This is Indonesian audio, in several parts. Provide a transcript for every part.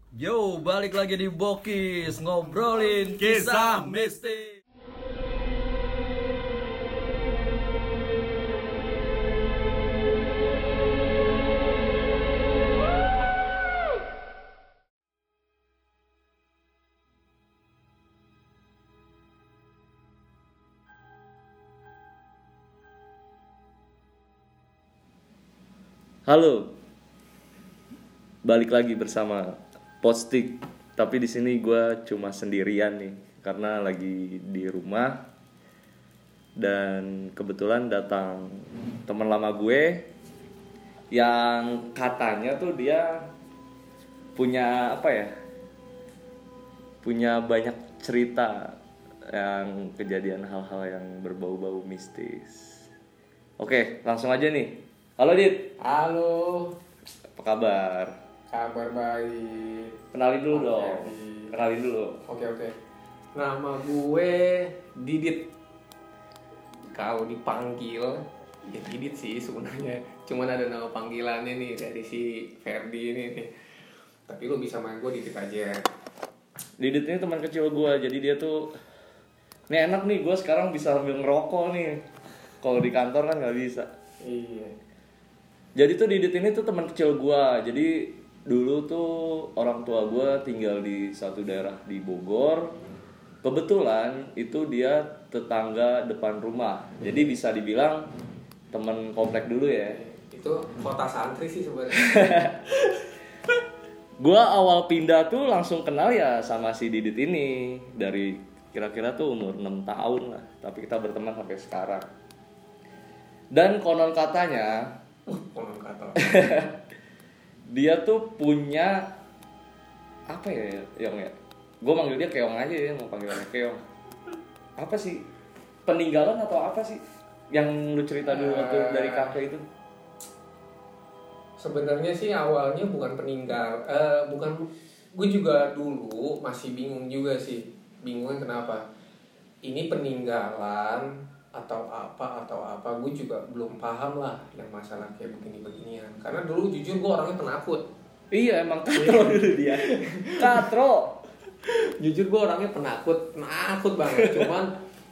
Yo, balik lagi di Bokis, ngobrolin kisah mistis. Halo, balik lagi bersama Postik. Tapi di sini gue cuma sendirian nih, karena lagi di rumah. Dan kebetulan datang teman lama gue yang katanya tuh dia punya apa ya? Punya banyak cerita yang kejadian hal-hal yang berbau-bau mistis. Oke, langsung aja nih. Halo Dit. Halo, Apa kabar? kabar baik. Kenalin dulu Oke, dong. Kenalin dulu. Oke. Nama gue Didit. Kalau dipanggil, ya Didit sih sebenarnya. Cuman ada nama panggilannya nih dari si Ferdi ini nih. Tapi lo bisa main gue Didit aja. Didit ini teman kecil gue, jadi dia tuh ini enak nih, gue sekarang bisa sambil ngerokok nih. Kalau di kantor kan nggak bisa. Iya. Jadi tuh Didit ini tuh teman kecil gue. Jadi dulu tuh orang tua gue tinggal di satu daerah di Bogor. Kebetulan itu dia tetangga depan rumah. Jadi bisa dibilang teman komplek dulu ya. Itu kota santri sih sebenarnya. Gue awal pindah tuh langsung kenal ya sama si Didit ini. Dari kira-kira tuh umur 6 tahun lah. Tapi kita berteman sampai sekarang. Dan konon katanya Konon kata. dia tuh punya apa ya Yong ya? Gue manggil dia Keong aja ya, mau panggilannya Keong. Apa sih? Peninggalan atau apa sih? Yang lu cerita dulu waktu dari kakek itu? Sebenarnya sih awalnya bukan peninggal, bukan. Gue juga dulu masih bingung juga sih. Bingungnya kenapa? Ini peninggalan atau apa? Gue juga belum paham lah yang masalah kayak beginian. Karena dulu jujur gue orangnya penakut. Iya emang katro dulu dia. Katro. Jujur gue orangnya penakut banget. Cuman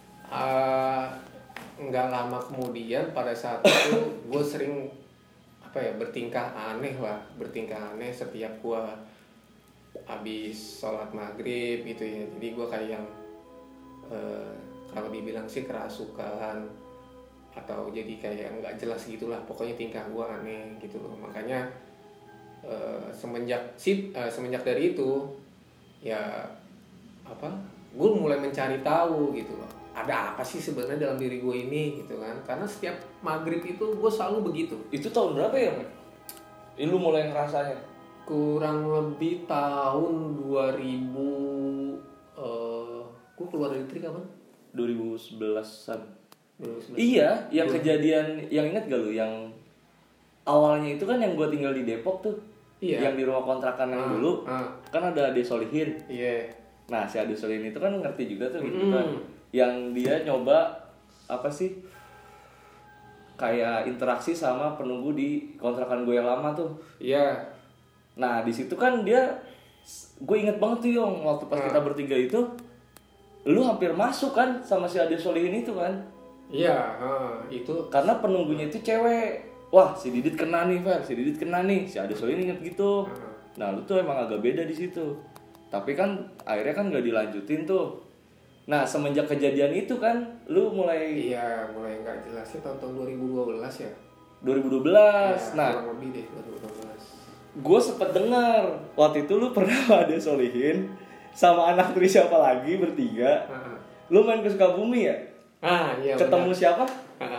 nggak lama kemudian pada saat itu gue sering bertingkah aneh setiap gue habis sholat maghrib gitu ya. Jadi gue kayak yang kalau dibilang sih kerasukan atau jadi kayak nggak jelas gitulah, pokoknya tingkah gue aneh gitu loh. Makanya semenjak dari itu ya gue mulai mencari tahu gitu loh, ada apa sih sebenarnya dalam diri gue ini gitu kan. Karena setiap maghrib itu gue selalu begitu. Itu tahun berapa ya? Ini lu mulai ngerasanya? Kurang lebih tahun 2000. Gue keluar dari trik kapan? 2011-an. 2011. Iya, yang kejadian yang ingat gak lu yang awalnya itu kan yang gue tinggal di Depok tuh. Iya. Yang di rumah kontrakan yang dulu. Kan ada Ade Solihin. Iya. Nah, si Ade Solihin itu kan ngerti juga tuh gitu kan. Yang dia nyoba apa sih? Kayak interaksi sama penunggu di kontrakan gue yang lama tuh. Iya. Nah, di situ kan dia gue inget banget tuh Yong, waktu pas kita bertiga itu lu hampir masuk kan sama si Ade Solihin itu kan. Iya, itu Karena penunggunya itu cewek. Wah, si Didit kena nih, Fer. Si Didit kena nih. Si Ade Solihin inget gitu. Nah, lu tuh emang agak beda di situ. Tapi kan akhirnya kan gak dilanjutin tuh. Nah, semenjak kejadian itu kan lu mulai iya mulai nggak jelas sih tahun 2012 ya. 2012. Ya, Nah, kurang lebih deh 2012. gue sempet dengar waktu itu lu pernah Ade Solihin sama anak Tri siapa lagi bertiga. Lu main ke Sukabumi ya? Iya. Ketemu benar. siapa?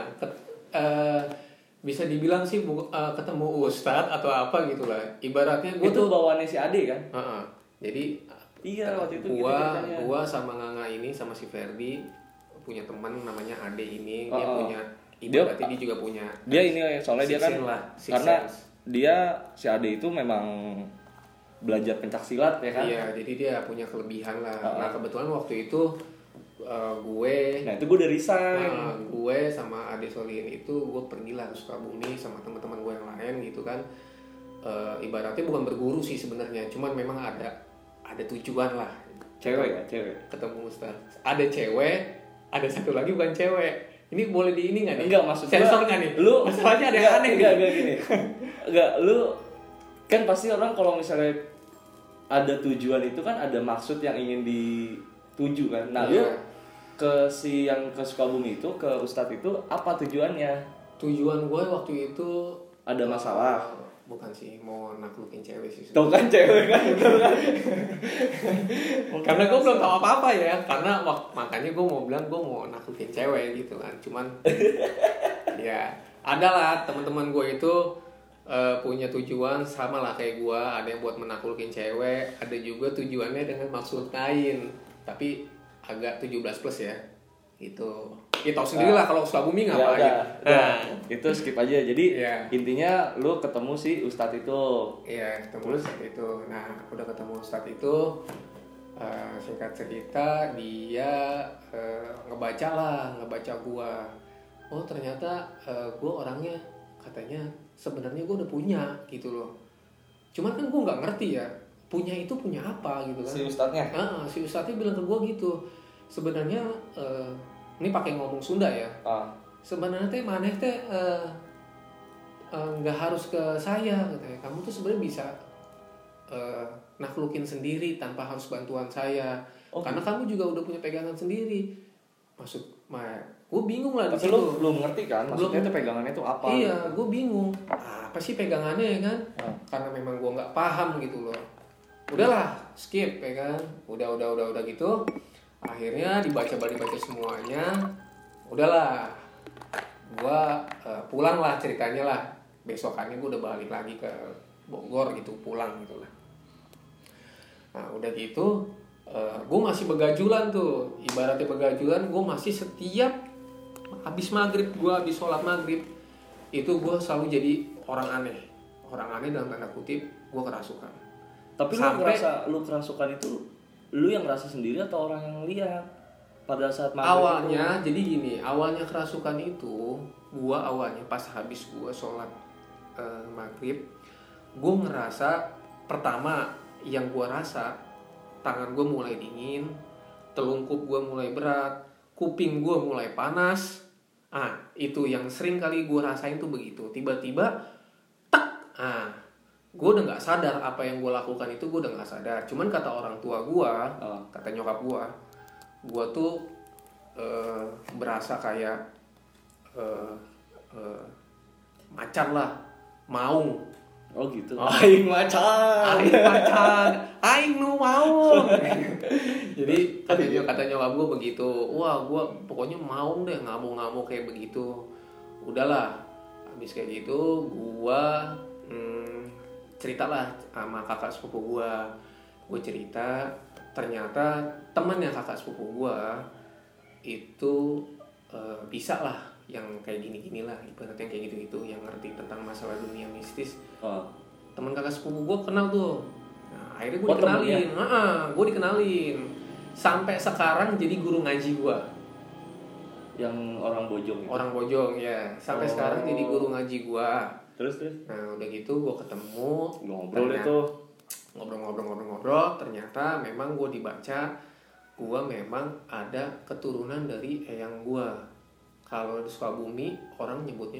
Bisa dibilang sih ketemu ustadz atau apa gitulah. Ibaratnya gue Itu tuh bawaannya si Ade kan? jadi Iya, waktu itu gua sama Nganga ini sama si Ferdi punya teman namanya Ade ini. Dia punya ibaratnya dia juga punya. Dia ini soalnya dia kan karena dia si Ade itu memang belajar pencak silat ya kan? Iya, jadi dia punya kelebihan lah. Nah, kebetulan waktu itu gue Nah, itu gue udah resign. Gue sama Ade Solihin itu gue pergilah ke Sukabumi sama teman-teman gue yang lain gitu kan. ibaratnya bukan berguru sih sebenarnya, cuman memang ada tujuan lah. Cewek. Ketemu Ustaz. Ada cewek, ada satu lagi bukan cewek. Ini boleh di ini nggak nih? Enggak, maksud gua, sensor nggak nih? Lu masalahnya ada yang aneh enggak nih. gini. Enggak, lu kan pasti orang kalau misalnya ada tujuan itu kan ada maksud yang ingin dituju kan. Nah, lu ke si yang ke Sukabumi itu, ke Ustadz itu apa tujuannya? Tujuan gue waktu itu Ada masalah? Bukan sih, mau naklukin cewek sih. Tuh kan cewek kan, betul kan? Karena gue belum tahu apa-apa ya, karena makanya gue mau bilang gue mau naklukin cewek gitu kan. Cuman ya ada lah teman-teman gue itu punya tujuan sama lah kayak gue. Ada yang buat menaklukin cewek, ada juga tujuannya dengan maksud lain, tapi agak 17 plus ya gitu. Ya tahu sendiri lah kalau Sukabumi ngapain. Nah, itu skip aja. Jadi Iya. intinya lu ketemu si Ustadz itu. Iya, ketemu Ustadz itu. Nah, udah ketemu Ustadz itu, singkat cerita dia ngebaca gua. Oh ternyata gua orangnya katanya sebenarnya gua udah punya gitu loh. Cuman kan gua nggak ngerti ya, punya itu punya apa gitu kan. Si Ustadznya? Si Ustadznya bilang ke gua gitu. Sebenarnya ini pakai ngomong Sunda ya. Sebenarnya teh maneh teh nggak harus ke saya katanya. Kamu tuh sebenarnya bisa naklukin sendiri tanpa harus bantuan saya. Karena kamu juga udah punya pegangan sendiri. Gue bingung lah di Tapi situ. lu belum ngerti kan maksudnya itu pegangannya itu apa? Iya, gue bingung. Apa sih pegangannya ya kan? Karena memang gue nggak paham gitu loh. Udahlah, skip ya kan. Udah gitu. Akhirnya dibaca semuanya. Udahlah. Gua pulang lah ceritanya lah. Besokannya gue udah balik lagi ke Bogor gitu, pulang gitu lah. Nah, udah gitu gue masih begajulan tuh. Ibaratnya begajulan, gue masih setiap habis maghrib, gue habis sholat maghrib itu gue selalu jadi orang aneh. Orang aneh dalam tanda kutip, gue kerasukan. Tapi lu kerasukan itu lu yang ngerasa sendiri atau orang yang lihat pada saat maghrib? Awalnya itu? Jadi gini, awalnya kerasukan itu gua awalnya pas habis gua sholat maghrib, gua ngerasa pertama yang gua rasa tangan gua mulai dingin, telungkup gua mulai berat, kuping gua mulai panas. Itu yang sering kali gua rasain tuh begitu. Tiba-tiba tak. Gue udah nggak sadar apa yang gue lakukan itu, gue udah nggak sadar. Cuman kata orang tua gue, kata nyokap gue tuh berasa kayak macan lah, maung. Oh gitu. Aing macan, aing nu maung. Jadi kata nyokap gue begitu. Wah, gue pokoknya maung deh, ngamuk-ngamuk kayak begitu. Udahlah, habis kayak gitu, gue ceritalah sama kakak sepupu gue cerita, ternyata teman yang kakak sepupu gue itu bisa lah yang kayak gini-gini lah, ibaratnya kayak gitu-gitu, yang ngerti tentang masalah dunia mistis. Teman kakak sepupu gue kenal tuh. Nah, akhirnya gue dikenalin. Gue dikenalin sampai sekarang jadi guru ngaji gue. Yang orang Bojong itu? Orang Bojong ya, sampai sekarang jadi guru ngaji gue. Terus? Nah udah gitu gue ketemu, ngobrol, ternyata memang gue dibaca, gue memang ada keturunan dari eyang gue. Kalau di Sukabumi orang nyebutnya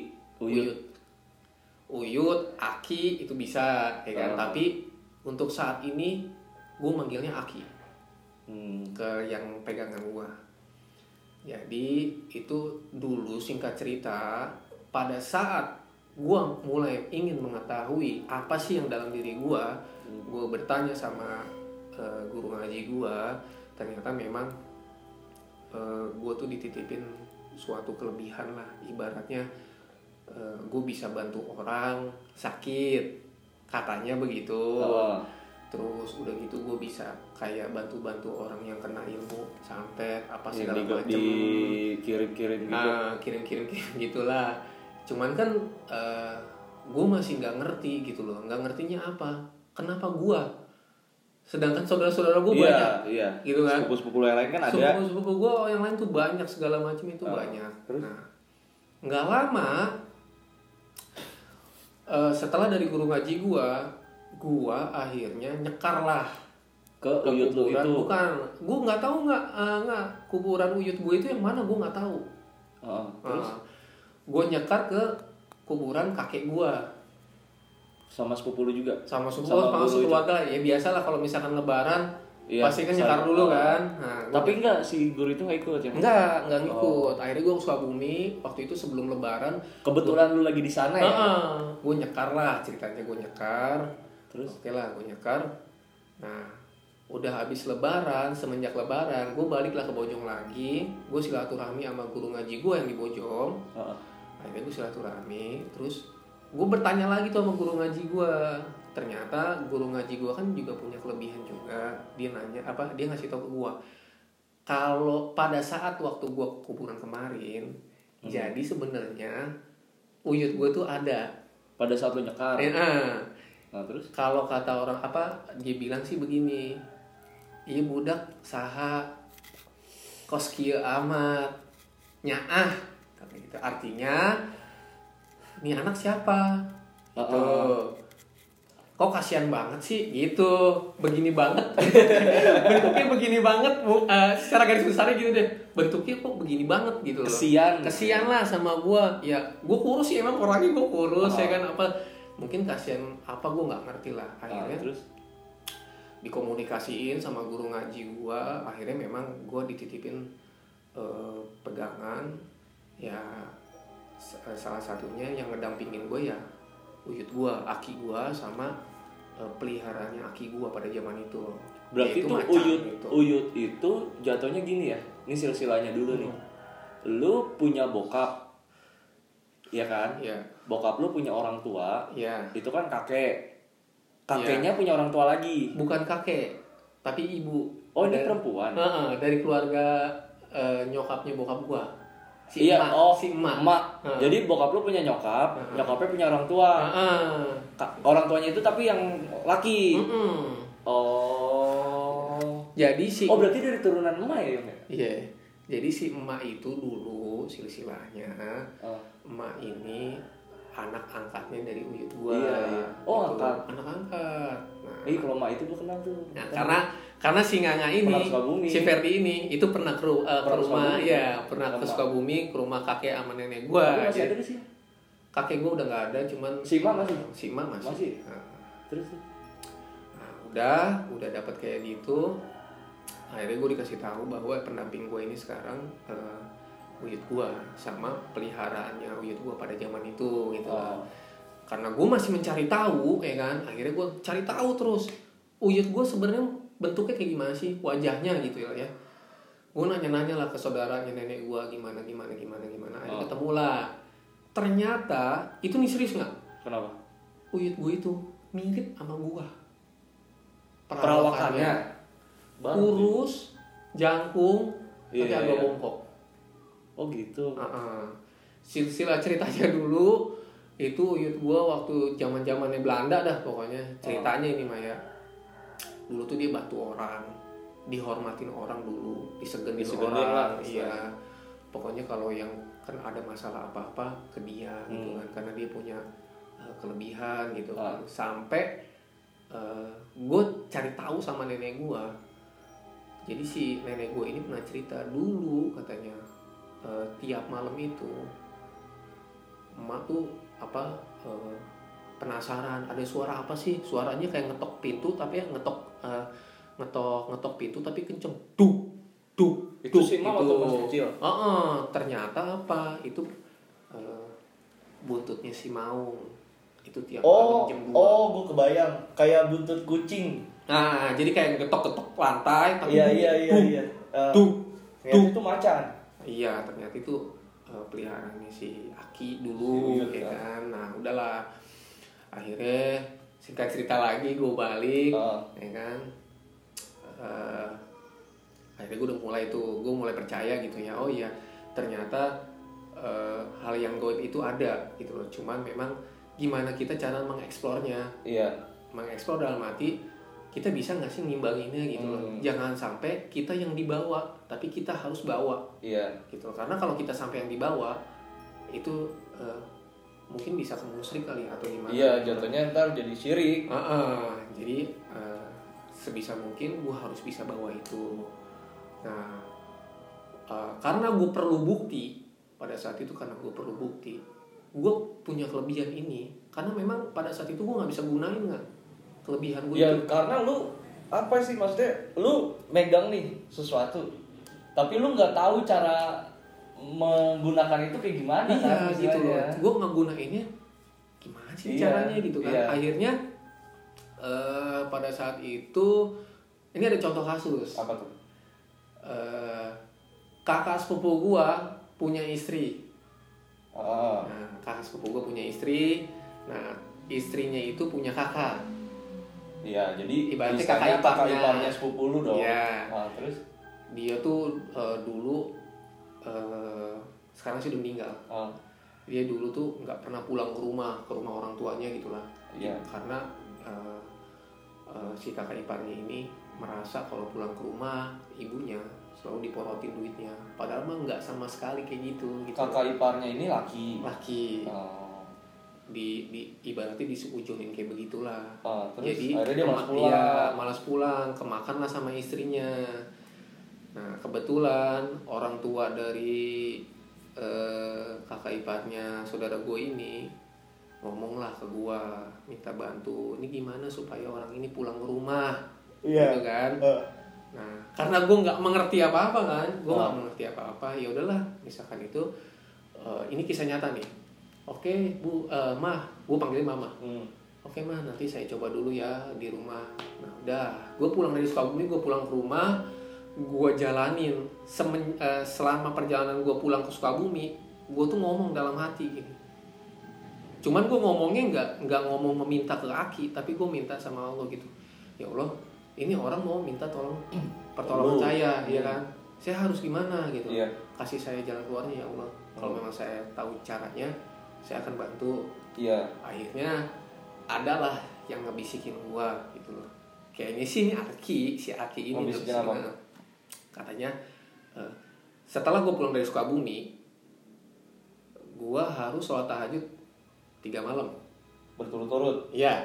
Uyut, Aki itu bisa, ya kan? Tapi untuk saat ini gue manggilnya Aki ke yang pegangan gue. Jadi itu dulu singkat cerita, pada saat gue mulai ingin mengetahui apa sih yang dalam diri gue bertanya sama guru ngaji gue, ternyata memang gue tuh dititipin suatu kelebihan lah, ibaratnya gue bisa bantu orang sakit, katanya begitu. Terus udah gitu gue bisa kayak bantu-bantu orang yang kena ilmu santet apa segala macam, dikirim-kirim gitu. Kirim gitulah. Cuman kan gue masih nggak ngerti gitu loh, nggak ngertinya apa, kenapa gue, sedangkan saudara-saudara gue banyak, gitu kan. Sepupu-sepupu yang lain kan ada. Sepupu gue yang lain tuh banyak, segala macam itu banyak. Terus? Nah, nggak lama setelah dari guru ngaji gua akhirnya nyekar lah ke uyut lu kuburan. itu. Bukan, gua nggak tahu nggak kuburan uyut gua itu yang mana gua nggak tahu. Terus Gua nyekar ke kuburan kakek gua sama sepupu lu juga. sama Sama sama guru sekeluarga. Ya biasalah kalau misalkan lebaran Iya, pasti kan nyekar dulu kan. Nah, Tapi enggak, si guru itu nggak ikut ya? Enggak ngikut. Akhirnya gue ke Sukabumi waktu itu sebelum lebaran. Kebetulan lu lagi di sana ya? Gue nyekar lah ceritanya, gue nyekar. Terus? Oke lah, gue nyekar. Nah, udah habis lebaran, semenjak lebaran, gue baliklah ke Bojong lagi. Gue silaturahmi sama guru ngaji gue yang di Bojong. Akhirnya gue silaturahmi, terus gue bertanya lagi tuh sama guru ngaji gue. Ternyata guru ngaji gue kan juga punya kelebihan juga. Dia nanya dia ngasih tahu ke gue, kalau pada saat waktu gue kuburan kemarin, jadi sebenarnya uyut gue tuh ada pada saat lu nyekar. Nah, terus kalau kata orang dia bilang sih begini, iya budak saha kos kieu amat nyaah kata gitu. Artinya ini anak siapa gitu. Kok kasihan banget sih gitu, begini banget bentuknya begini banget. Secara garis besarnya gitu deh, bentuknya kok begini banget gitu loh. Kasihan lah sama gua. Ya gua kurus sih, emang orangnya gua kurus ya kan, mungkin kasihan gua nggak ngerti lah. Akhirnya terus dikomunikasiin sama guru ngaji gua. Akhirnya memang gua dititipin pegangan ya, salah satunya yang ngedampingin gua ya uyut gua, aki gua, sama peliharaannya aki gua pada zaman itu. Berarti itu tuh uyut itu jatuhnya gini ya. Ini silsilahnya dulu nih. Lu punya bokap, ya kan? Iya. Bokap lu punya orang tua. Iya. Itu kan kakek. Kakeknya punya orang tua lagi. Bukan kakek, tapi ibu. Oh, ini perempuan. Dari keluarga nyokapnya bokap gua. Si emak. Jadi bokap lu punya nyokap, nyokapnya punya orang tua. Orang tuanya itu tapi yang laki. Jadi berarti dari turunan emak ya? Iya. Jadi si emak itu dulu silsilahnya. Emak ini anak angkatnya dari uyut gua. Iya. Oh, gitu. angkat. Anak angkat. Nah, kalau emak itu gua kenal tuh. Nah, karena si Nganga ini, si Ferdi ini itu pernah ke rumah, ya pernah ke Sukabumi, ke rumah kakek sama nenek gua. Masih ada sih? Kakek gua udah nggak ada, cuman si emak masih. Si emak masih. Nah. Terus? Nah, udah dapat kayak gitu. Akhirnya gue dikasih tahu bahwa pendamping gue ini sekarang uyut gue sama peliharaannya uyut gue pada zaman itu gitu lah. Karena gue masih mencari tahu ya kan, akhirnya gue cari tahu terus uyut gue sebenarnya bentuknya kayak gimana sih, wajahnya gitu ya. Gue nanya-nanya lah ke saudaranya nenek gue gimana. Akhirnya ketemu lah. Ternyata itu nih serius nggak? Kenapa? Uyut gue itu mirip sama gue. Perawakannya kurus, jangkung, tapi agak bongkok. Oh gitu. Silsilah ceritanya dulu itu uyut gua waktu zaman-zamannya Belanda dah pokoknya ceritanya ini Maya. Dulu tuh dia bantu orang, dihormatin orang dulu, disegenin orang. Iya. Pokoknya kalau yang kan ada masalah apa-apa ke dia gitu kan, karena dia punya kelebihan gitu kan. Sampai gue cari tahu sama nenek gue. Jadi si nenek gue ini pernah cerita dulu katanya tiap malam itu emak tuh penasaran ada suara apa sih, suaranya kayak ngetok pintu tapi ngetok pintu tapi kenceng, duk itu si emak waktu masih kecil. Ternyata itu buntutnya si Maung itu tiap malam jam 2. Gue kebayang kayak buntut kucing. Nah, jadi kayak getok-getok lantai tapi iya. Itu macan. Iya, ternyata itu peliharaannya si Aki dulu ya kan. Nah, udahlah. Akhirnya singkat cerita lagi gue balik ya kan. Akhirnya gue udah mulai percaya gitu ya. Oh iya, ternyata hal yang gaib itu ada gitu loh. Cuman memang gimana kita cara mengeksplornya. Iya. Mengeksplor dalam arti kita bisa nggak sih ngimbanginnya gitu loh. Jangan sampai kita yang dibawa, tapi kita harus bawa. Iya. Gitu. Karena kalau kita sampai yang dibawa, itu mungkin bisa ke musyrik kali atau gimana. Iya, jatuhnya ntar jadi syirik. Jadi sebisa mungkin gue harus bisa bawa itu. Nah, karena gue perlu bukti pada saat itu, gue punya kelebihan ini. Karena memang pada saat itu gue nggak bisa gunain kan kelebihan gue Ya itu. karena lu apa sih maksudnya, lu megang nih sesuatu tapi lu nggak tahu cara menggunakan itu kayak gimana. Iya kan, gitu loh. istilahnya. Gue ngegunainnya gimana sih Iya, caranya gitu kan. iya. Akhirnya pada saat itu ini ada contoh kasus. Apa tuh? Kakak sepupu gue punya istri. Oh. Nah, kakak sepupu gue punya istri. Nah, istrinya itu punya kakak. Iya, jadi Ibaratnya istilahnya kakak iparnya. iparnya sepupu lu dong. Iya. Nah, terus Dia tuh dulu sekarang sih udah meninggal. Dia dulu tuh nggak pernah pulang ke rumah orang tuanya gitulah. Iya. Karena si kakak iparnya ini merasa kalau pulang ke rumah ibunya selalu diporotin duitnya. Padahal mah nggak sama sekali kayak gitu. kakak iparnya ini laki. Oh. Di ibaratnya disujunin kayak begitulah. Terus Jadi akhirnya dia malas pulang. Iya, malas pulang, kemakan lah sama istrinya. Nah, kebetulan orang tua dari kakak iparnya saudara gue ini ngomonglah ke gue, minta bantu. Ini gimana supaya orang ini pulang ke rumah, gitu kan? Nah, karena gue nggak mengerti apa-apa kan, ya udahlah, misalkan itu ini kisah nyata nih. Oke, Bu, Mah, gue panggilin Mama. Oke Mah, nanti saya coba dulu ya di rumah. Nah udah, gue pulang dari Sukabumi, gue pulang ke rumah, gue jalanin. Selama perjalanan gue pulang ke Sukabumi, gue tuh ngomong dalam hati gini. Cuman gue ngomongnya nggak ngomong meminta ke Aki, tapi gue minta sama Allah gitu. Ya Allah, ini orang mau minta pertolongan saya, ya kan? Saya harus gimana gitu? Iya. Kasih saya jalan keluarnya ya Allah. Kalau memang saya tahu caranya, saya akan bantu. Iya. Akhirnya adalah yang ngebisikin gua gitu loh. Kayaknya sih si Aki ini Ngebisikin apa? Katanya setelah gua pulang dari Sukabumi, gua harus sholat tahajud 3 malam Berturut-turut. iya.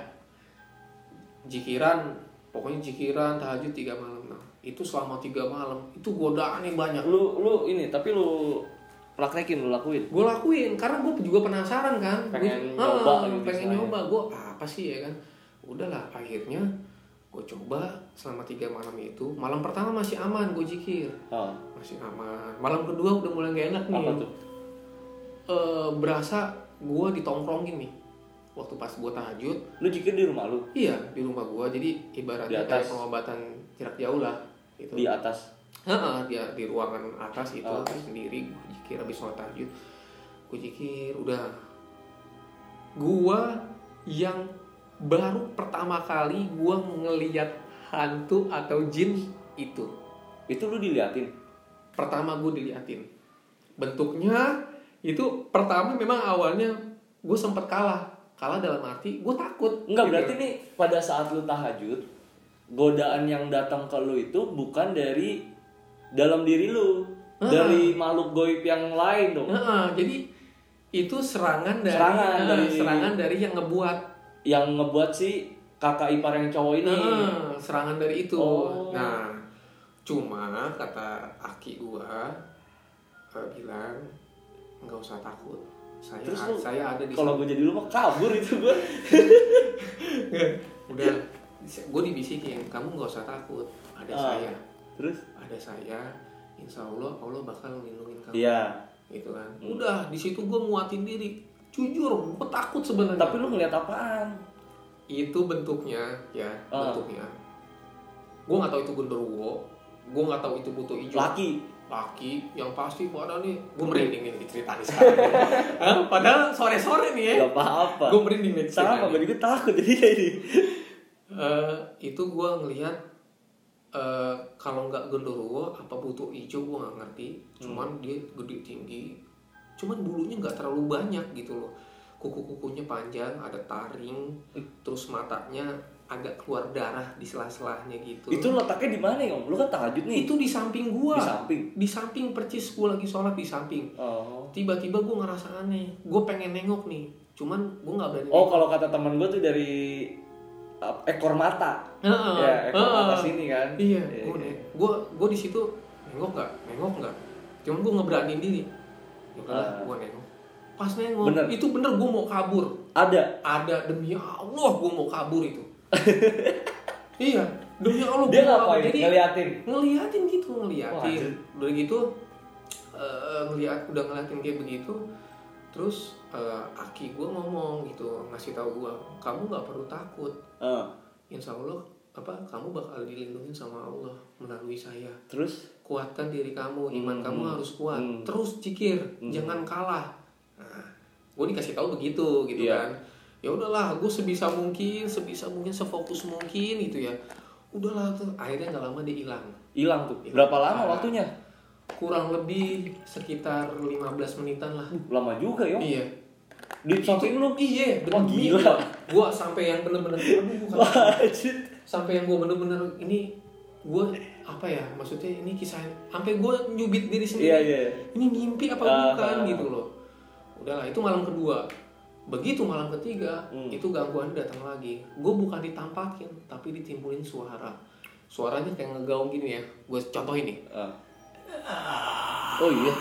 Pokoknya jikiran tahajud 3 malam. Nah, itu selama 3 malam itu godaannya banyak. Lu ini tapi lu praktekin, lu lakuin. Gue lakuin karena gue juga penasaran kan, Pengen nyoba gitu pengen istilahnya. nyoba gue apa sih ya kan. Udahlah, akhirnya gue coba selama 3 malam itu. Malam pertama masih aman, gue zikir masih aman. Malam kedua udah mulai gak enak nih. Apa tuh? Berasa gue ditongkrongin nih waktu pas gue tahajud. Lu zikir di rumah lu? Iya, di rumah gue. Jadi ibaratnya Di atas? kayak pengobatan jarak jauh lah gitu. Di atas. Dia di ruangan atas itu sendiri. Gue zikir habis sholat tahajud, gue zikir. Udah, gue yang baru pertama kali gue ngelihat hantu atau jin itu lu diliatin? pertama gue diliatin bentuknya. Itu pertama memang awalnya gue sempet kalah dalam arti gue takut. Enggak, gitu. berarti nih pada saat lu tahajud, godaan yang datang ke lu itu bukan dari dalam diri lu, dari makhluk goib yang lain dong. Jadi itu serangan dari yang ngebuat si kakak ipar yang cowok ini. serangan dari itu. Oh. Nah, cuma kata Aki gua bilang nggak usah takut. Saya ada di kalau gue jadi lu mah kabur itu gue. Udah, gue dibisikin, kamu nggak usah takut, ada saya. Terus? Ada saya, insya Allah bakal lindungin kamu. Iya. Gitu kan. Udah, di situ gue nguatin diri. Jujur, gue takut sebenarnya. Tapi lu ngeliat apaan? Itu bentuknya, ya bentuknya. Gue nggak tahu itu genderuwo, gue nggak tahu itu butuh hijau. Laki yang pasti badannya, gue merinding nih diceritain sekarang. Padahal sore-sore nih ya. Gak apa-apa. Gue merinding nih. Sama, gue juga takut jadi kayak ini. Itu gue ngelihat kalau nggak genderuwo apa butuh hijau gue nggak ngerti. Cuman dia gede tinggi, cuman bulunya nggak terlalu banyak gitu loh. Kuku-kukunya panjang, ada taring, terus matanya agak keluar darah di sela-selahnya gitu. Itu letaknya di mana ya, Om? Lu kan tahajud nih. Itu di samping gua. Di samping percis gua lagi sholat di samping. Oh. Tiba-tiba gua ngerasa aneh. Gua pengen nengok nih. cuman gue nggak berani. Oh, kalau kata teman gue tuh dari ekor mata. Ya, ekor mata sini kan. Iya, gue di situ nengok nggak. Cuman gue ngeberanin diri. Ya udahlah, gue nengok. Pas nengok, itu bener gue mau kabur. Ada demi Allah gue mau kabur itu. Iya, demi Allah. Dia ngapain? Jadi ngeliatin gitu. Udah gitu ngeliatin kayak begitu. Terus aki gue ngomong gitu, ngasih tahu gue, kamu nggak perlu takut. Insya Allah kamu bakal dilindungi sama Allah melalui saya. Terus kuatkan diri kamu, iman kamu harus kuat. Terus cikir, jangan kalah. Nah, gue dikasih tahu begitu gitu kan. Ya udahlah, gue sebisa mungkin sefokus mungkin gitu ya. Udahlah tuh, akhirnya nggak lama dia hilang tuh. Berapa lama waktunya? Kurang lebih sekitar 15 menitan lah. Lama juga ya? Iya. Di samping lu? Iya, wah gila. Gue sampai yang bener-bener sampai yang gue bener-bener ini gue apa ya, maksudnya ini kisah sampai gue nyubit diri sendiri. Iya. Ini mimpi apa bukan gitu loh. Udahlah, itu malam kedua. Begitu malam ketiga, itu gangguan datang lagi. Gue bukan ditampakin, tapi ditimbulin suara. Suaranya kayak ngegaung gini ya. Gue contohin nih. Oh iya.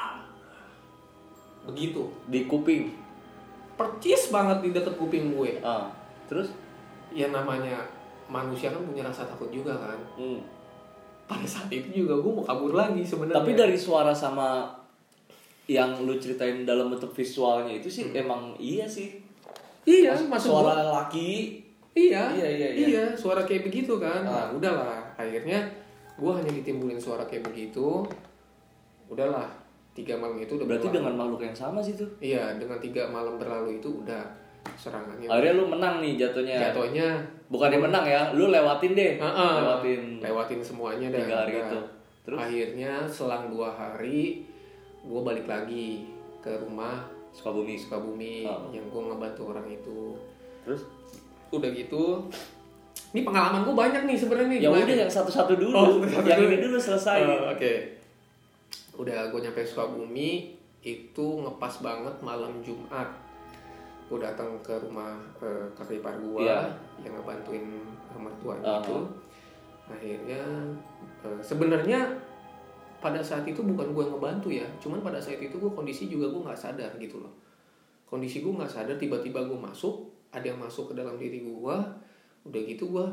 Begitu. Di kuping. Percis banget di deket kuping gue. Terus? Ya namanya manusia kan punya rasa takut juga kan. Pada saat itu juga gue mau kabur lagi sebenarnya. Tapi dari suara sama yang lu ceritain dalam bentuk visualnya itu sih emang iya sih. Iya, maksud suara laki. Iya, suara kayak begitu kan. Nah, udahlah, akhirnya gue hanya ditimbulin suara kayak begitu. Udahlah, 3 malam itu udah berarti berlalu. Dengan makhluk yang sama sih tuh. Iya, dengan 3 malam berlalu itu udah serangannya. Akhirnya lu menang nih jatuhnya. Bukan yang menang ya, lu lewatin deh. Lewatin semuanya 3 hari itu. Terus akhirnya selang 2 hari gue balik lagi ke rumah Sukabumi yang gue ngebantu orang itu. Terus udah gitu, ini pengalaman gue banyak nih sebenarnya nih. Ya udah yang satu-satu dulu. Yang ini dulu selesai. Oke. Udah gue nyampe Sukabumi itu ngepas banget malam Jumat. Gue datang ke rumah kakak ipar gue yang ngebantuin mertua itu. Akhirnya sebenarnya pada saat itu bukan gue yang ngebantu ya, cuman pada saat itu gue kondisi juga gue nggak sadar gitu loh. Kondisi gue nggak sadar, tiba-tiba gue masuk, ada yang masuk ke dalam diri gue. Udah gitu gue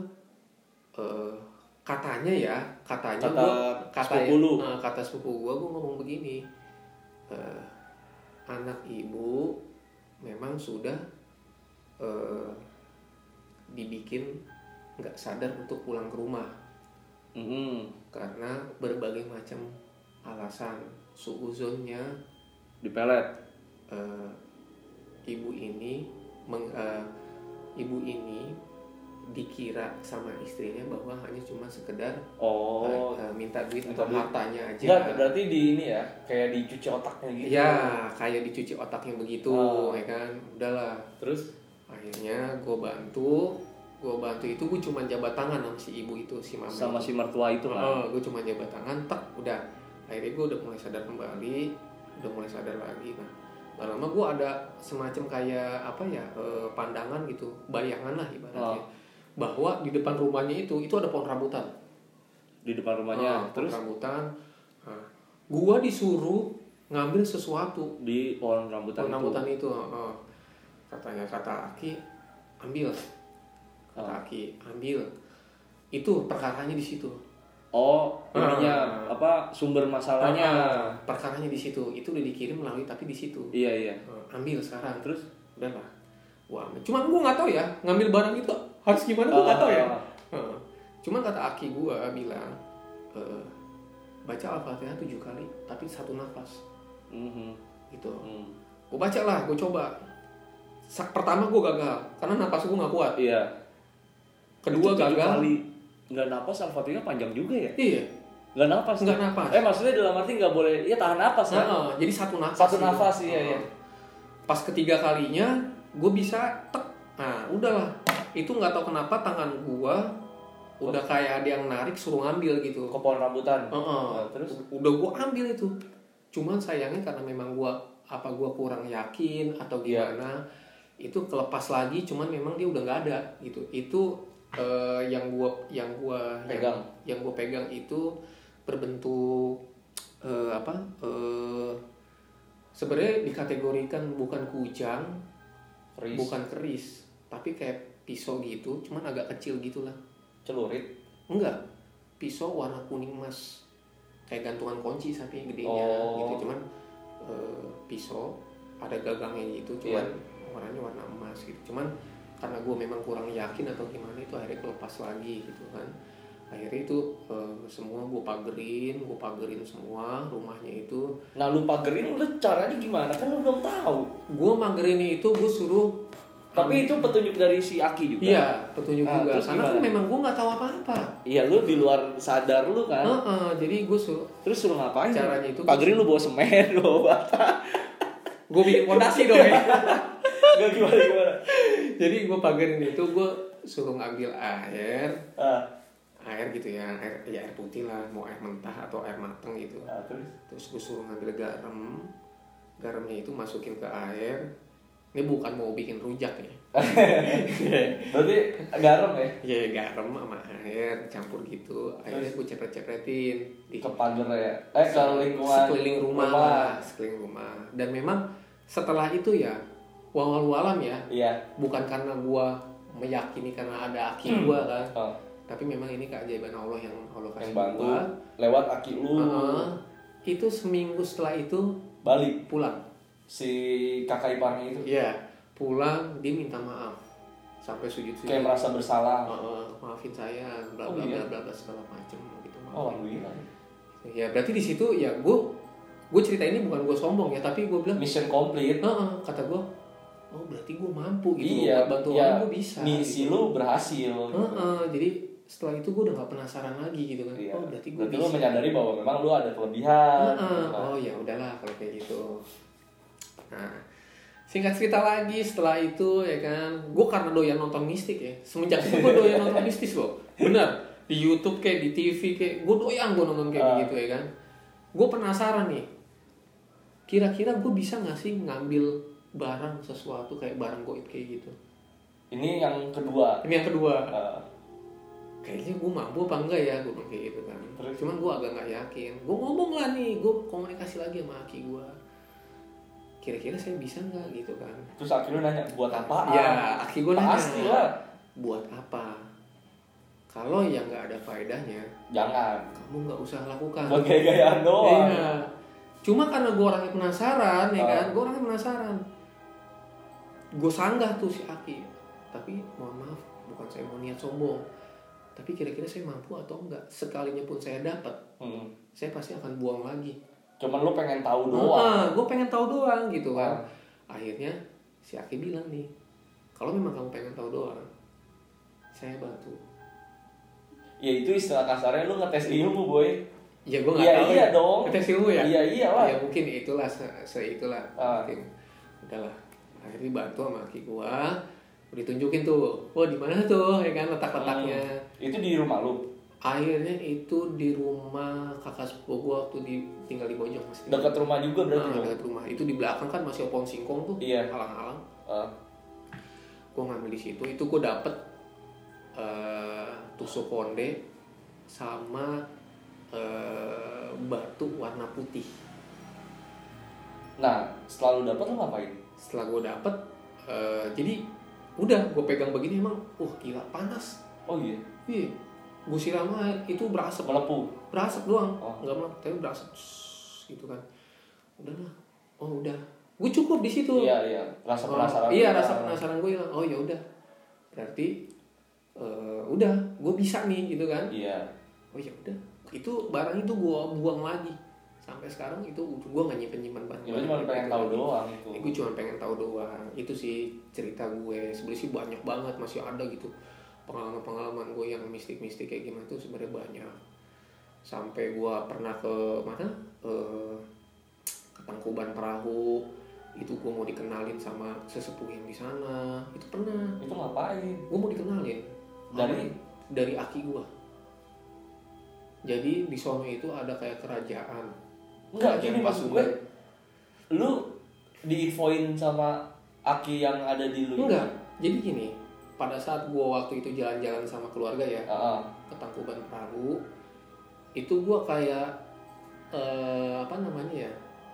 kata sepupu gue ngomong begini, anak ibu memang sudah dibikin nggak sadar untuk pulang ke rumah. Karena berbagai macam alasan, suuzonnya dipelet. Ibu ini dikira sama istrinya bahwa hanya cuma sekedar minta duit atau hartanya aja. Enggak, berarti di ini ya, kayak dicuci otaknya gitu. Ya, kayak dicuci otaknya begitu, ya kan. Udahlah. Terus akhirnya gue bantu itu, gue cuma jabat tangan sama si ibu itu, si mama sama itu. Si mertua itu kan. Gue cuma jabat tangan, udah. Akhirnya gue udah mulai sadar kembali, udah mulai sadar lagi. Nah, lama gue ada semacam kayak pandangan gitu, bayangan lah ibaratnya, bahwa di depan rumahnya itu ada pohon rambutan. Di depan rumahnya, terus pohon rambutan. Gue disuruh ngambil sesuatu di pohon rambutan itu. Kata Aki, ambil. Ambil. Itu perkaranya di situ. Sumber masalahnya. Perkaranya di situ. Itu udah dikirim melalui tapi di situ. Iya. Ambil sekarang. Terus udahlah. Gua ambil. Cuman gua enggak tahu ya, ngambil barang itu harus gimana gua enggak tahu ya. Cuman kata Aki gua bilang, baca Al-Fatihah 7 kali tapi 1 nafas. Gitu. Gua baca lah, gua coba. Pertama gua gagal karena nafas gua enggak kuat. Iya. Kedua gagal. Nggak napas, Al-Fatihah panjang juga ya? Iya. Nggak napas. Maksudnya dalam arti nggak boleh, ya tahan napas kan? Jadi 1 nafas. 1 nafas, iya. Pas ketiga kalinya, gue bisa tek. Nah, udahlah. Itu nggak tahu kenapa tangan gue udah kayak ada yang narik suruh ngambil gitu. Ke pohon rambutan. Terus udah gue ambil itu. Cuman sayangnya karena memang gue kurang yakin atau gimana. itu kelepas lagi, cuman memang dia udah nggak ada gitu. Itu yang gua pegang itu berbentuk sebenarnya dikategorikan bukan kujang, bukan keris, tapi kayak pisau gitu, cuman agak kecil gitulah. Celurit? Enggak, pisau warna kuning emas, kayak gantungan kunci tapi gedenya gitu, cuman pisau ada gagangnya gitu, cuman warnanya warna emas gitu. Cuman karena gue memang kurang yakin atau gimana, itu akhirnya kelepas lagi gitu kan. Akhirnya itu semua gue pagerin semua rumahnya itu. Nah lu pagerin, lu caranya gimana? Kan lu belum tahu. Gue magerin itu gue suruh. Tapi itu petunjuk dari si Aki juga. Iya, petunjuk juga. Karena gimana? kan memang gue nggak tahu apa-apa. Iya, lu di luar sadar lu kan. Jadi gue suruh. Terus suruh ngapain? Caranya itu. Pagerin lu bawa semen, bawa bata. Gue bikin fondasi dong ya. Gak gimana. Jadi gue pagerin itu, gue suruh ngambil air. Air gitu ya, air putih lah, mau air mentah atau air matang gitu. Terus gue suruh ngambil garamnya itu masukin ke air. Ini bukan mau bikin rujak ya. Berarti garam ya? Iya, garam sama air campur gitu. Akhirnya gue cepet-cepetin ke pagar ya? Ke lingkungan sekeliling rumah. Dan memang setelah itu ya, walau alam ya. Iya. Bukan karena gue meyakini karena ada aki gue kan. Tapi memang ini keajaiban Allah yang Allah kasih bantu gua. Lewat aki lu. Itu seminggu setelah itu balik pulang. Si kakak iparnya itu. Iya, pulang dia minta maaf sampai sujud-sujud. Kayak merasa bersalah. Maafin saya, bla bla bla bla segala macem gitu. Alhamdulillah. Ya berarti di situ ya gue cerita ini bukan gue sombong ya, tapi gue bilang mission complete. Kata gue, oh berarti gue mampu gitu. Iya, bantu orang gue bisa. Misi gitu. lu berhasil. Jadi setelah itu gue udah gak penasaran lagi gitu kan. Iya. Oh berarti gue bisa. Lu menyadari bahwa memang lu ada kelebihan. Oh ya udahlah kalau kayak gitu. Nah, singkat cerita lagi setelah itu ya kan, gue karena doyan nonton mistik ya. Semenjak itu gue doyan nonton mistis loh. Bener, di YouTube kayak di TV kayak gue doyan gue nonton kayak gitu ya kan. Gue penasaran nih. Kira-kira gue bisa gak sih ngambil barang sesuatu kayak barang goib kayak gitu. Ini yang kedua. Kayaknya gue mampu apa enggak ya, gue bilang kayak gitu kan. Cuman gue agak gak yakin. Gue ngomong lah nih, gue komunikasi lagi sama aki gue. Kira-kira saya bisa nggak gitu kan? Terus aki lu nanya buat apa? Ya, aki gue nanya. Pastilah. Buat apa? Kalau yang nggak ada faedahnya, jangan. Kamu nggak usah lakukan. Buat gaya-gayaan doang. Iya. Cuma karena gue orangnya penasaran, ya kan? Gue orangnya penasaran. Gue sanggah tuh si aki. Tapi mohon maaf, bukan saya mau niat sombong. Tapi kira-kira saya mampu atau enggak? Sekalinya pun saya dapat, saya pasti akan buang lagi. Cuman lu pengen tahu doang. Gue pengen tahu doang gitu kan. Akhirnya si Aki bilang nih, kalau memang kamu pengen tahu doang, saya bantu. Ya itu istilah kasarnya lu ngetes ilmu, boy. Ya gue nggak tahu. Iya dong. Ngetes ilmu ya. Iya lah. Ya mungkin itulah itulah. Mungkin. Udahlah. Akhirnya dibantu sama Aki gua. Ditunjukin tuh, di mana tuh ya kan letak-letaknya. Itu di rumah lu? Akhirnya itu di rumah kakak sepupu gua waktu tinggal di Bojong. Dekat rumah juga berarti? Dekat rumah. Itu di belakang kan masih pohon singkong tuh. Iya. Alang-alang. Gua ngambil di situ. Itu gua dapet tusuk konde sama batu warna putih. Nah, setelah lu dapet lu ngapain? Setelah gua dapet, jadi udah gue pegang begini emang, gila panas. Oh iya? Iya, gue siram air, itu berasap. Melepuh? Berasap doang, nggak melepuh, tapi berasap gitu kan. Udahlah, udah. Gue cukup di situ. Iya, rasa penasaran. Iya, rasa penasaran gue hilang. Oh ya udah, berarti udah, gue bisa nih gitu kan. Iya. Oh ya udah, itu barang itu gue buang lagi. Sampai sekarang itu gue nggak nyimpen banget. Ya, cuma pengen tahu doang itu. Gue cuma pengen tahu doang. Itu sih cerita gue. Sebenarnya sih banyak banget, masih ada gitu pengalaman gue yang mistik-mistik kayak gimana tuh sebenarnya banyak. Sampai gue pernah ke mana? Ke Tangkuban Perahu. Itu gue mau dikenalin sama sesepuh yang di sana. Itu pernah. Itu ngapain? Gue mau dikenalin. Dari aki gue. Jadi di sono itu ada kayak kerajaan. Enggak, gini maksud gue. Lu diinfoin sama Aki yang ada di lu? Enggak. Jadi gini, pada saat gua waktu itu jalan-jalan sama keluarga ya, ke Tangkuban Perahu, itu gua kayak apa namanya ya?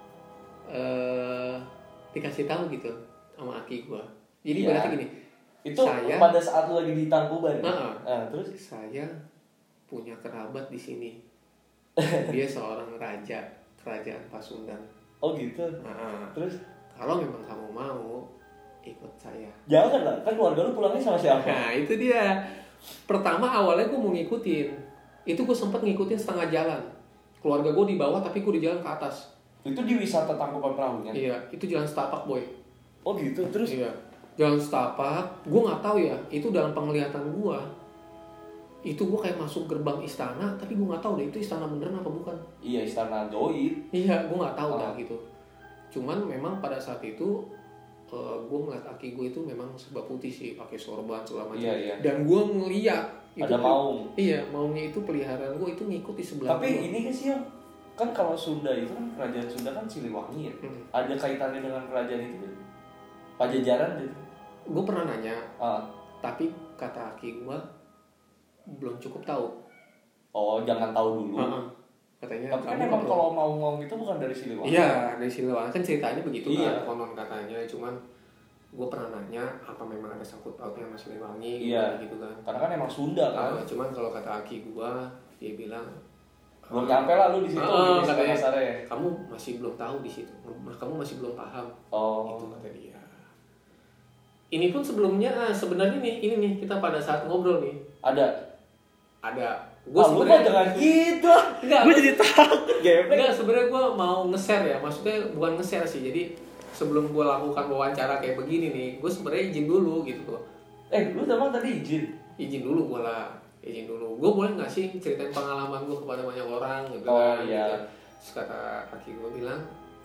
Dikasih tahu gitu sama aki gua. Jadi berarti gini, itu pada saat lu lagi di Tangkuban. Terus saya punya kerabat di sini. Dia seorang raja kerajaan Pasundan. Oh gitu. Terus kalau memang kamu mau ikut saya. Jangan lah, kan keluarga lu pulangnya sama siapa? Nah itu dia. Pertama awalnya gue mau ngikutin. Itu gue sempet ngikutin setengah jalan. Keluarga gue di bawah tapi gue di jalan ke atas. Itu di wisata Tangkuban Perahu kan? Iya, itu jalan setapak boy. Oh gitu, terus? Iya, jalan setapak. Gue nggak tahu ya. Itu dalam penglihatan gue. Itu gue kayak masuk gerbang istana, tapi gue nggak tahu deh itu istana beneran apa bukan. Iya, istana Doit. Iya, gue nggak tahu dah gitu. Cuman memang pada saat itu gue ngeliat aki gue itu memang serba putih sih, pakai sorban segala macam. Iya. Dan gue ngeliat itu ada maung. Iya, maungnya itu peliharaan gue itu ngikut di sebelah. Tapi ini kan sih kan kalau Sunda itu kan kerajaan Sunda kan Siliwangi ya. Ada kaitannya dengan kerajaan itu kan? Pajajaran gitu. Gue pernah nanya, tapi kata aki gue belum cukup tahu. Oh, jangan tahu dulu. Katanya. Tapi kan emang kalau maung-maung itu bukan dari Siliwangi. Iya, dari Siliwangi kan ceritanya begitu iya. kan, konon katanya. Cuman gue pernah nanya apa memang ada sangkut pautnya sama Siliwangi, iya. gitu kan. Karena kan emang Sunda kan. Cuman kalau kata aki gue, dia bilang belum nyampe lah lu di situ. Katanya, ya. kamu masih belum tahu di situ. Kamu masih belum paham. Itu kata dia. Ini pun sebelumnya sebenarnya ini nih kita pada saat ngobrol nih. Ada. Gue sebenarnya jangan gitu. Gue jadi takut. Enggak, sebenarnya gue mau nge-share ya. Maksudnya bukan nge-share sih. Jadi sebelum gue lakukan wawancara kayak begini nih, gue sebenarnya izin dulu gitu loh. Lu emang tadi izin? Izin dulu gue lah. Izin dulu. Gue boleh nggak sih ceritain pengalaman gue kepada banyak orang gitu kan? Iya. Gitu. Terus kata kaki gue bilang,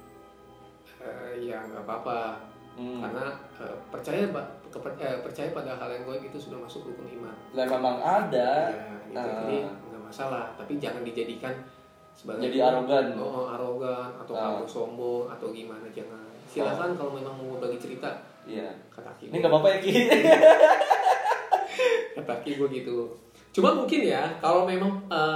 ya nggak apa-apa. Karena percaya pada hal yang gaib itu sudah masuk rukun iman. Lah memang ada. Ya, gitu. Jadi nggak masalah. Tapi jangan dijadikan sebagai jadi arogan. Arogan atau kamu sombong atau gimana, jangan. Silakan kalau memang mau bagi cerita. Iya. Kata Ki. Ini nggak apa-apa ya Ki. Kata Ki gue gitu. Cuma mungkin ya kalau memang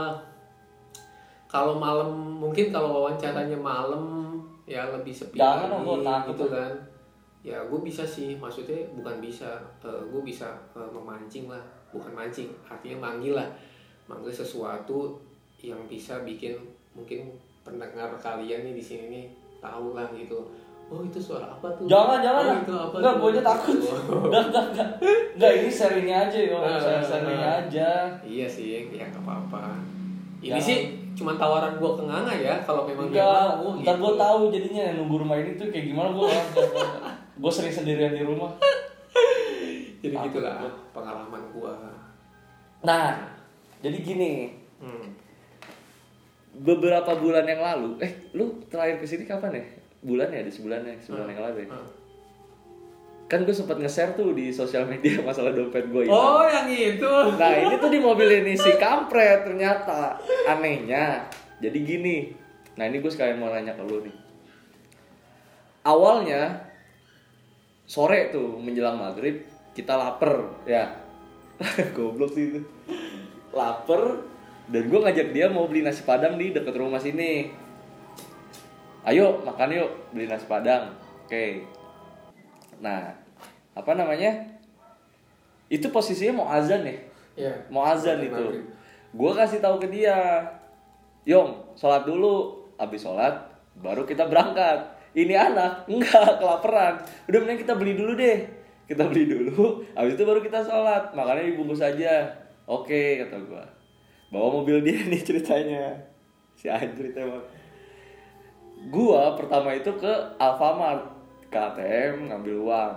kalau malam, mungkin kalau wawancaranya malam ya lebih sepi. Jangan dong, gitu kan. Ya gue bisa sih, maksudnya bukan bisa, gue bisa memancing lah, bukan mancing, artinya manggil sesuatu yang bisa bikin mungkin pendengar kalian nih di sini nih tahu lah gitu. Oh itu suara apa tuh? Jangan. Itu apa? Enggak, gue aja takut. Enggak, ini sharingnya aja yo, sharingnya aja. Iya sih, ya nggak apa-apa. Ini sih cuma tawaran gue ke Nganga ya, kalau memang dia mau. Ntar gue tahu jadinya nunggu rumah ini tuh kayak gimana gue. Gue sering sendirian di rumah. Jadi gitulah pengalaman gue. Nah, jadi gini. Beberapa bulan yang lalu, lu terakhir kesini kapan ya? Bulan ya, ada sebulan yang lalu ya. Kan gue sempat nge-share tuh di sosial media masalah dompet gue itu. Oh, yang itu. Nah, ini tuh di mobil ini si kampret ternyata. Anehnya. Jadi gini. Nah, ini gue sekalian mau nanya ke lu nih. Awalnya sore tuh menjelang maghrib kita lapar ya. Goblok sih itu. Lapar dan gue ngajak dia mau beli nasi padang di dekat rumah sini. Ayo makan yuk, beli nasi padang. Oke. Nah, apa namanya? Itu posisinya mau azan ya? Iya. Mau azan itu. Gue kasih tahu ke dia, Yong, sholat dulu. Habis sholat, baru kita berangkat. Ini anak, enggak, kelaparan. Udah mending kita beli dulu deh. Kita beli dulu, habis itu baru kita sholat. Makannya dibungkus aja. Oke, kata gue. Bawa mobil dia nih ceritanya. Si anjir emang. Gua pertama itu ke Alfamart, ke ATM ngambil uang.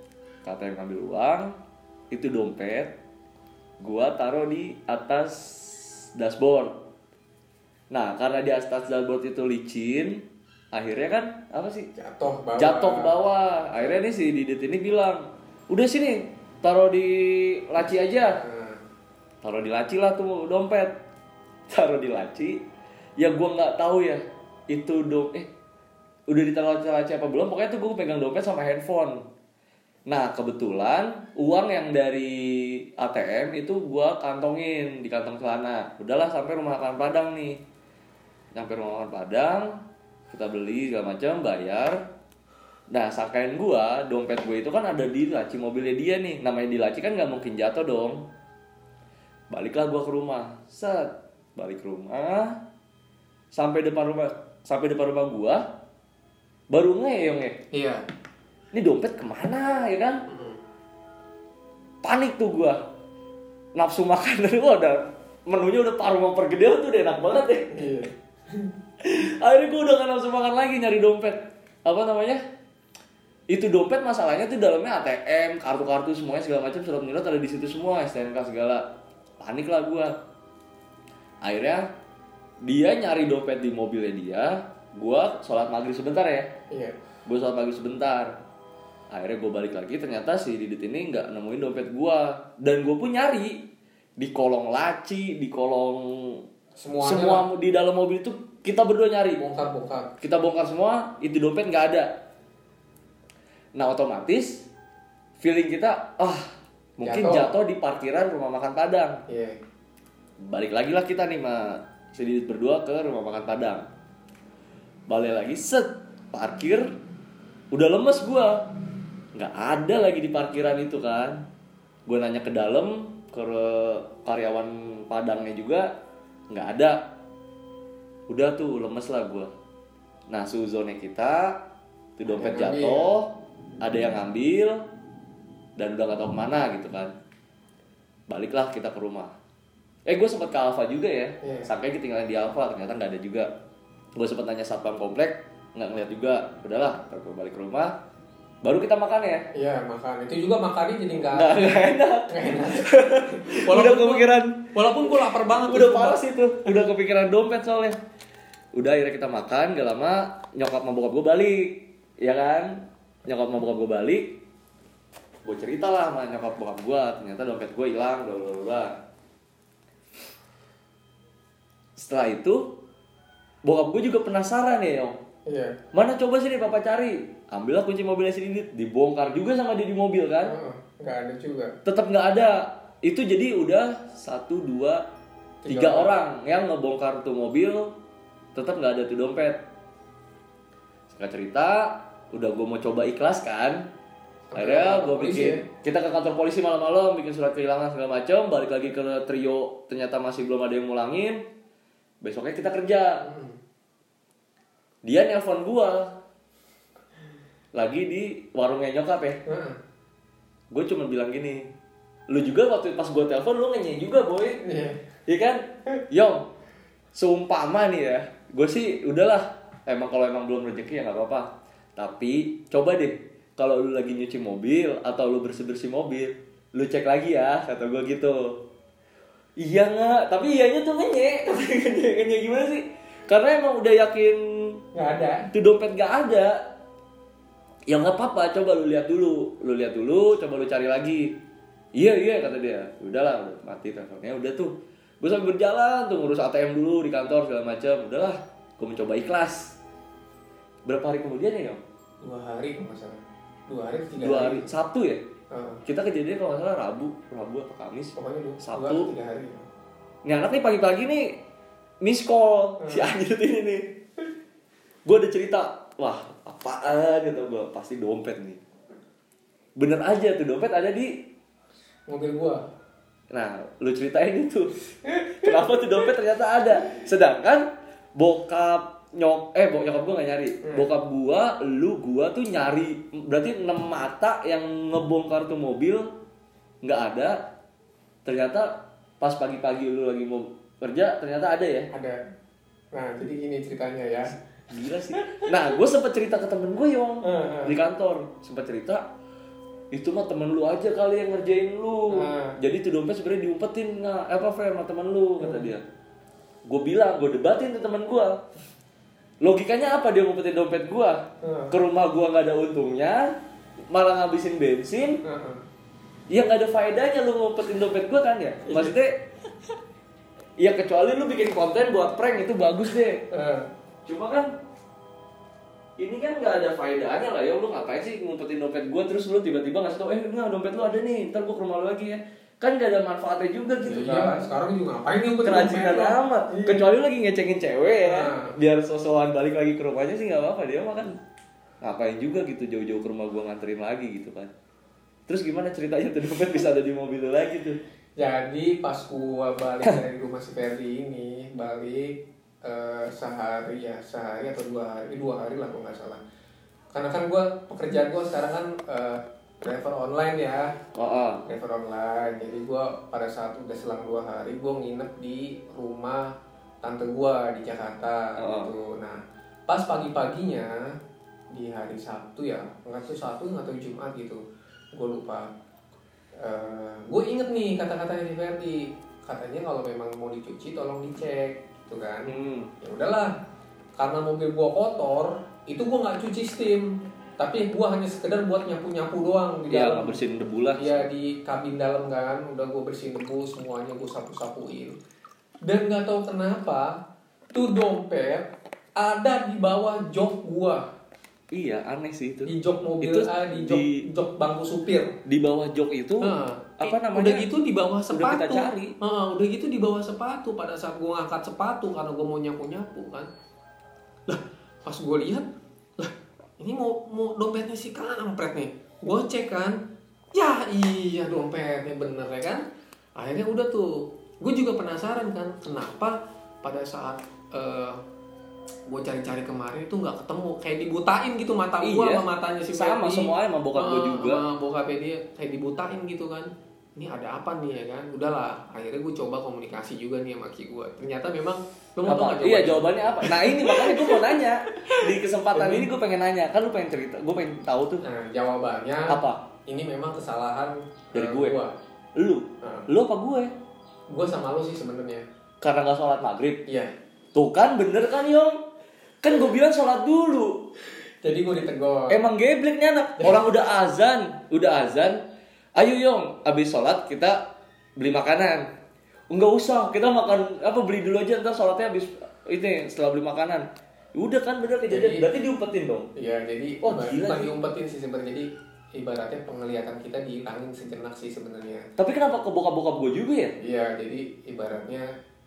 Itu dompet gua taruh di atas dashboard. Nah, karena di atas dashboard itu licin, akhirnya kan apa sih? Jatuh ke bawah. Akhirnya nih si Didit ini bilang, "Udah sini, taruh di laci aja." Taruh di laci lah tuh dompet. Taruh di laci. Ya gua enggak tahu ya. Itu udah ditaruh laci apa belum, pokoknya tuh gue pegang dompet sama handphone. Nah kebetulan uang yang dari ATM itu gua kantongin di kantong celana. Udahlah sampai rumah makan Padang nih. Sampai rumah makan Padang, kita beli segala macam, bayar. Nah sangkain gua, dompet gue itu kan ada di laci mobilnya dia nih. Namanya di laci kan nggak mungkin jatuh dong. Baliklah gua ke rumah. Set, balik ke rumah. Sampai depan rumah gua, baru ngeyong ya. Iya. Ini dompet kemana ya kan? Panik tuh gua. Nafsu makan udah menunya udah paruh mau pergedel tuh udah enak banget ya. Iya. Akhirnya gua udah gak nafsu makan lagi nyari dompet. Apa namanya? Itu dompet masalahnya tuh dalamnya ATM, kartu-kartu semuanya segala macam surat menyurat ada di situ semua, STNK segala. Panik lah gua. Akhirnya dia nyari dompet di mobilnya dia, gua sholat maghrib sebentar ya. Iya. Gua sholat maghrib sebentar. Akhirnya gue balik lagi, ternyata si Didit ini nggak nemuin dompet gue. Dan gue pun nyari di kolong laci, di kolong Semuanya semua di dalam mobil itu kita berdua nyari. Bongkar. Kita bongkar semua, itu dompet nggak ada. Nah otomatis feeling kita, mungkin jatuh di parkiran rumah makan Padang. Iya. Balik lagi lah kita nih sama si Didit berdua ke rumah makan Padang. Balik lagi, set, parkir, udah lemes gue. Nggak ada lagi di parkiran itu kan. Gue nanya ke dalam, ke karyawan Padangnya juga nggak ada. Udah tuh lemes lah gue. Nah suzonnya kita tuh dompet jatuh, ada yang ngambil dan udah nggak tahu kemana gitu kan. Baliklah kita ke rumah. Gue sempat ke Alfa juga ya. Sampai ketinggalan di Alfa, ternyata nggak ada juga. Gue sempat nanya satpam komplek, nggak ngeliat juga. Udahlah, gue balik ke rumah. Baru kita makan ya? Iya makan. Itu juga makannya jadi nggak enak. Udah kepikiran. Walaupun gue lapar banget. Udah parah sih tuh. Udah kepikiran dompet soalnya. Udah akhirnya kita makan. Gak lama nyokap sama bokap gue balik. Ya kan? Nyokap sama bokap gue balik. Gue cerita lah sama nyokap bokap gue. Ternyata dompet gue hilang. Setelah itu bokap gue juga penasaran ya Yong. Iya. Mana coba sih nih papa cari. Ambillah kunci mobilnya si Didit, dibongkar juga sama dia di mobil kan? Nggak ada juga. Tetap nggak ada. Itu jadi udah 1, 2, 3 orang yang ngebongkar tuh mobil, tetap nggak ada tuh dompet. Singkat cerita, udah gue mau coba ikhlas kan? Akhirnya gue bikin, kita ke kantor polisi malam-malam, bikin surat kehilangan segala macam, balik lagi ke trio, ternyata masih belum ada yang mulangin. Besoknya kita kerja. Dia nelpon gue. Lagi di warungnya nyokap ya. Gue cuma bilang gini, lu juga waktu pas gue telepon lu ngenye juga boy. Iya kan? Yong, seumpama nih ya, gue sih udahlah. Emang kalau emang belum rezeki ya nggak apa-apa. Tapi coba deh, kalau lu lagi nyuci mobil atau lu bersih-bersih mobil, lu cek lagi ya, kata gue gitu. Iya nggak? Tapi iyanya tuh ngenye. Ngenye gimana sih? Karena emang udah yakin nggak ada. Tuh dompet nggak ada. Ya nggak apa-apa, coba lu lihat dulu, coba lu cari lagi. Iya kata dia. Udahlah, udah mati teleponnya, udah tuh. Gue sambil berjalan tuh ngurus ATM dulu di kantor segala macam. Udahlah, gue mencoba ikhlas. Berapa hari kemudian ya Yong? 2 hari kalau nggak salah. 2 hari, 3 hari. 2 hari, Sabtu ya? Kita kejadian kalau nggak salah Rabu apa Kamis? Pokoknya Sabtu. 3 hari. Nih anak nih pagi-pagi nih miss call si Anjir ini nih. Gue udah cerita, wah apaan gitu gue, pasti dompet nih. Bener aja tuh dompet ada di mobil gua. Nah lu ceritain itu kenapa tuh dompet ternyata ada. Sedangkan nyokap gua gak nyari. Bokap gua, gua tuh nyari. Berarti 6 mata yang ngebongkar tuh mobil gak ada. Ternyata pas pagi-pagi lu lagi mau kerja ternyata ada ya. Ada. Nah jadi gini ceritanya ya. Gila sih. Nah, gue sempet cerita ke temen gue Yong di kantor, sempet cerita itu mah temen lu aja kali yang ngerjain lu. Jadi tuh dompet sebenarnya diumpetin sama temen lu kata dia. Gue bilang, gue debatin tuh temen gue. Logikanya apa dia ngumpetin dompet gue? Ke rumah gue nggak ada untungnya, malah ngabisin bensin. Ya nggak ada faedahnya lu ngumpetin dompet gue kan ya? Maksudnya, ya kecuali lu bikin konten buat prank itu bagus deh. Cuma kan ini kan nggak ada faedahnya lah ya, lu ngapain sih ngumpetin dompet gue terus lu tiba-tiba ngasih tau enggak dompet lu ada nih, ntar gue ke rumah lu lagi ya, kan nggak ada manfaatnya juga gitu Iya, kan. sekarang juga ngapain nih Kerajinan amat, kecuali lu lagi ngecengin cewek ya, Nah. biar sosokan balik lagi ke rumahnya sih nggak apa-apa, dia mah kan ngapain juga gitu jauh-jauh ke rumah gue nganterin lagi gitu kan. Terus gimana ceritanya tuh dompet bisa ada di mobil lu lagi tuh? Jadi pas gua balik dari rumah si Ferdi ini, balik sehari atau 2 hari lah kalau nggak salah. Karena kan gua pekerjaan gua sekarang kan driver online ya, driver online. Jadi gua pada saat udah selang 2 hari gua nginep di rumah tante gua di Jakarta gitu. Nah pas pagi-paginya di hari Sabtu ya, nggak tahu Jumat gitu, gua lupa. Gue inget nih kata-katanya si Ferdi, katanya kalau memang mau dicuci tolong dicek gitu kan. Ya udahlah, karena mobil gue kotor itu gue nggak cuci steam, tapi gue hanya sekedar buat nyapu doang di dalam. Ya bersihin debu lah. Iya di kabin dalam kan, udah gue bersihin debu semuanya, gue sapu-sapuin. Dan nggak tahu kenapa tuh dompet ada di bawah jok gue. Iya aneh sih itu. Di jok mobil, itu jok bangku supir. Di bawah jok itu apa namanya? Udah gitu di bawah sepatu. Udah kita cari. Udah gitu di bawah sepatu pada saat gue ngangkat sepatu karena gue mau nyapu kan. Lah pas gue lihat, lah ini mau dompetnya si kampret nih. Gue cek kan, ya iya dompetnya bener ya kan. Akhirnya udah tuh, gue juga penasaran kan kenapa pada saat gue cari-cari kemarin itu nggak ketemu, kayak dibutain gitu mata gue sama matanya si Ferdi. Sama semuanya sama bokap gue juga. Sama bokapnya dia kayak dibutain gitu kan. Ini ada apa nih ya kan? Udahlah, akhirnya gue coba komunikasi juga nih sama Ki gue. Ternyata memang lu mau tahu Iya jawabannya apa? Nah ini makanya gue mau nanya di kesempatan ini gue pengen nanya, kan lu pengen cerita, gue pengen tahu tuh. Nah jawabannya apa? Ini memang kesalahan dari gue. Lu apa gue? Gue sama lu sih sebenarnya. Karena nggak sholat maghrib. Iya. Tuh kan bener kan Yong? Kan gue bilang sholat dulu. Jadi gue ditegur. Emang geblek nih anak. Orang udah azan. Ayo Yong, abis sholat kita beli makanan. Enggak usah, kita makan beli dulu aja ntar sholatnya abis ini setelah beli makanan. Udah kan bener kejadian. Berarti diumpetin dong. Iya jadi gila. Bukan diumpetin sih sebenarnya. Jadi ibaratnya penglihatan kita dihilangin sejenak sih sebenarnya. Tapi kenapa ke bokap gue juga ya? Iya jadi ibaratnya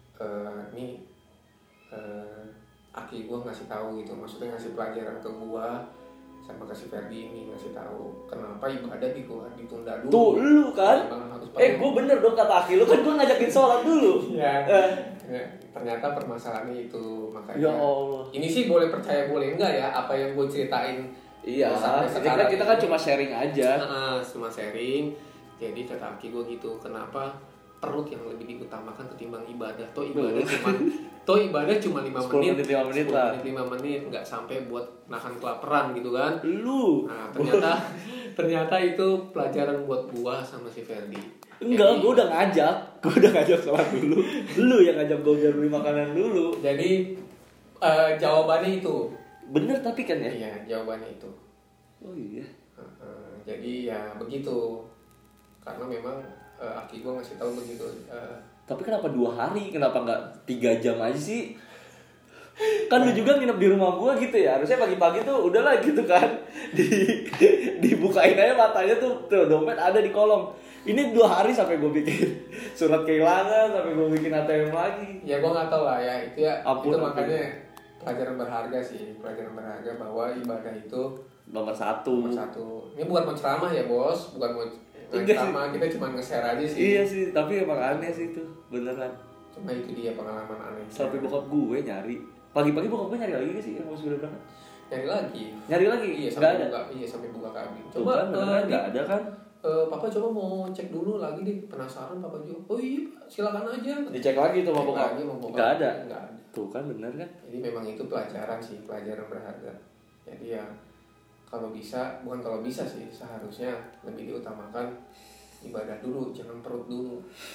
Aki gue ngasih tahu gitu, maksudnya ngasih pelajaran ke gue sama ke si Ferdi ini, ngasih tahu kenapa ibadah ditunda dulu. Tuh lu kan? Gue bener dong kata Aki lu kan, gue ngajakin sholat dulu. Iya. Ternyata permasalahannya itu, makanya. Ya Allah. Ini sih boleh percaya boleh enggak ya apa yang gue ceritain. Iya. Kita kan cuma sharing aja. Cuma sharing. Jadi kata Aki gue gitu, kenapa perut yang lebih diutamakan ketimbang ibadah. Toh ibadah cuma 5 menit. 5 menit lah. 5 menit nggak sampai buat nahan kelaparan gitu kan. Lu. Nah, ternyata itu pelajaran buat gua sama si Ferdi. Enggak, gue udah ngajak sholat dulu. Lu yang ngajak gue biar beli makanan dulu. Jadi jawabannya itu. Bener tapi kan ya? Iya, jawabannya itu. Oh iya. Jadi ya begitu. Karena memang Aki gue ngasih tahu begitu. Tapi kenapa 2 hari? Kenapa nggak 3 jam aja sih? Kan lu juga nginep di rumah gue gitu ya. Harusnya pagi-pagi tuh udahlah gitu kan. Dibukain aja matanya tuh dompet ada di kolong. Ini 2 hari sampai gue bikin surat kehilangan, sampai gue bikin ATM lagi. Ya gue nggak tahu lah ya itu ya. Ampun. Makanya pelajaran berharga sih, pelajaran berharga bahwa ibadah itu nomor 1. Ini bukan mau ceramah ya bos, bukan mau ceramah, kita cuma nge-share aja sih. Iya sih, tapi emang aneh sih itu, beneran. Cuma itu dia pengalaman aneh. Sampai bokap gue nyari. Pagi-pagi bokap gue nyari lagi gak sih yang mau sudah berangkat? Nyari lagi? Iya, sampai ada. Sampai buka kabin. Coba beneran nggak ada kan? Papa coba mau cek dulu lagi deh, penasaran Papa juga. Oh iya, silakan aja. Dicek lagi tuh sama bokap. Nggak ada. Tuh kan bener kan? Jadi memang itu pelajaran sih, pelajaran berharga. Jadi ya bukan kalau bisa sih, seharusnya lebih diutamakan ibadah dulu, jangan perut dulu.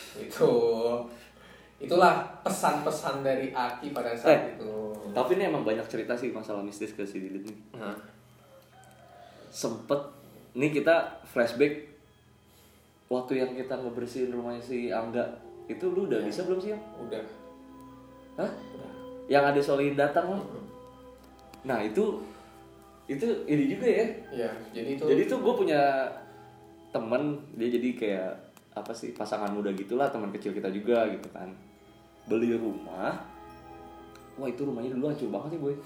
Itulah pesan-pesan dari Aki pada saat itu. Tapi ini emang banyak cerita sih masalah mistis ke si Didit nih. Sempet nih kita flashback waktu yang kita ngebersihin rumahnya si Angga. Itu lu udah bisa belum sih, Yang? Udah. Hah? Udah. Yang ada Solihin datang loh. Nah, itu itu ini juga ya. Iya, jadi tuh gue punya temen, dia jadi kayak apa sih, pasangan muda gitulah, teman kecil kita juga gitu kan, beli rumah. Wah itu rumahnya dulu hancur banget ya boy.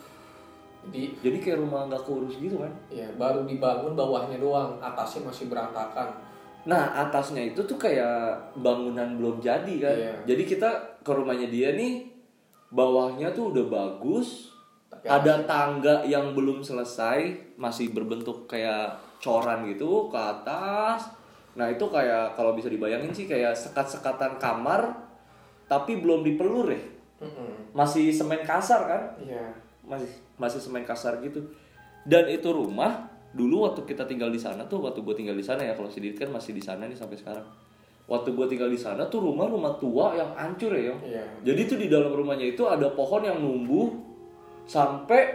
Jadi kayak rumah nggak keurus gitu kan. Iya, baru dibangun bawahnya doang, atasnya masih berantakan. Nah atasnya itu tuh kayak bangunan belum jadi kan. Iya. Jadi kita ke rumahnya dia nih, bawahnya tuh udah bagus, tapi ada tangga yang belum selesai, masih berbentuk kayak coran gitu ke atas. Nah itu kayak kalau bisa dibayangin sih kayak sekat-sekatan kamar, tapi belum dipelur ya. Masih semen kasar kan? Iya. Masih semen kasar gitu. Dan itu rumah dulu waktu kita tinggal di sana tuh, waktu gue tinggal di sana ya, kalau si Didit kan masih di sana nih sampai sekarang. Waktu gue tinggal di sana tuh rumah tua yang hancur ya, Yong. Iya. Jadi tuh di dalam rumahnya itu ada pohon yang numbuh sampai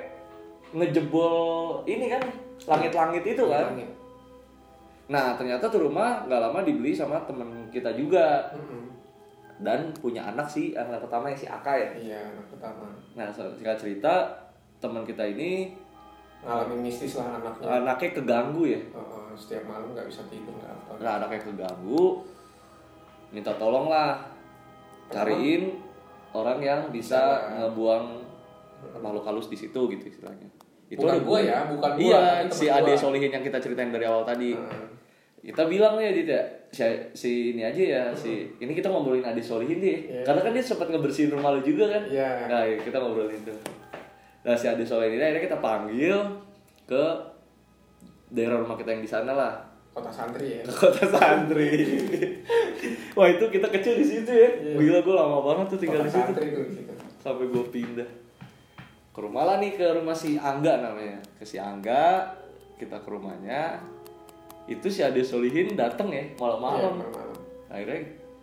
ngejebol ini kan, langit-langit itu kan. Langit. Nah ternyata tuh rumah nggak lama dibeli sama temen kita juga. Dan punya anak sih, anak pertama yang si Aka ya. Iya, anak pertama. Nah singkat cerita, teman kita ini Ngalamin mistis lah anaknya. Anaknya keganggu ya. Setiap malam nggak bisa tidur, nggak apa. Nah anaknya keganggu, minta tolong lah, cariin orang yang bisa ngebuang makhluk halus di situ gitu istilahnya. Itu bukan gua ya, bukan gua. Iya, si Ade Solihin yang kita ceritain dari awal tadi. Kita bilang ya Dit ya, si ini aja ya, ini kita ngobrolin Ade Solihin deh. Karena kan dia sempat ngebersihin rumah lu juga kan. Iya. Nah, kita ngobrolin itu. Nah, si Ade Solihin ini akhirnya kita panggil ke daerah rumah kita yang di sana lah. Kota Santri ya. Kota Santri. Wah, itu kita kecil di situ ya. Iya. Gila, gue lama banget tuh tinggal Kota di situ. Santri tuh di situ. Sampai gue pindah ke rumah lah nih, ke rumah si Angga namanya. Ke si Angga, kita ke rumahnya. Itu si Ade Solihin dateng ya malam-malam. Iya, malam. Akhirnya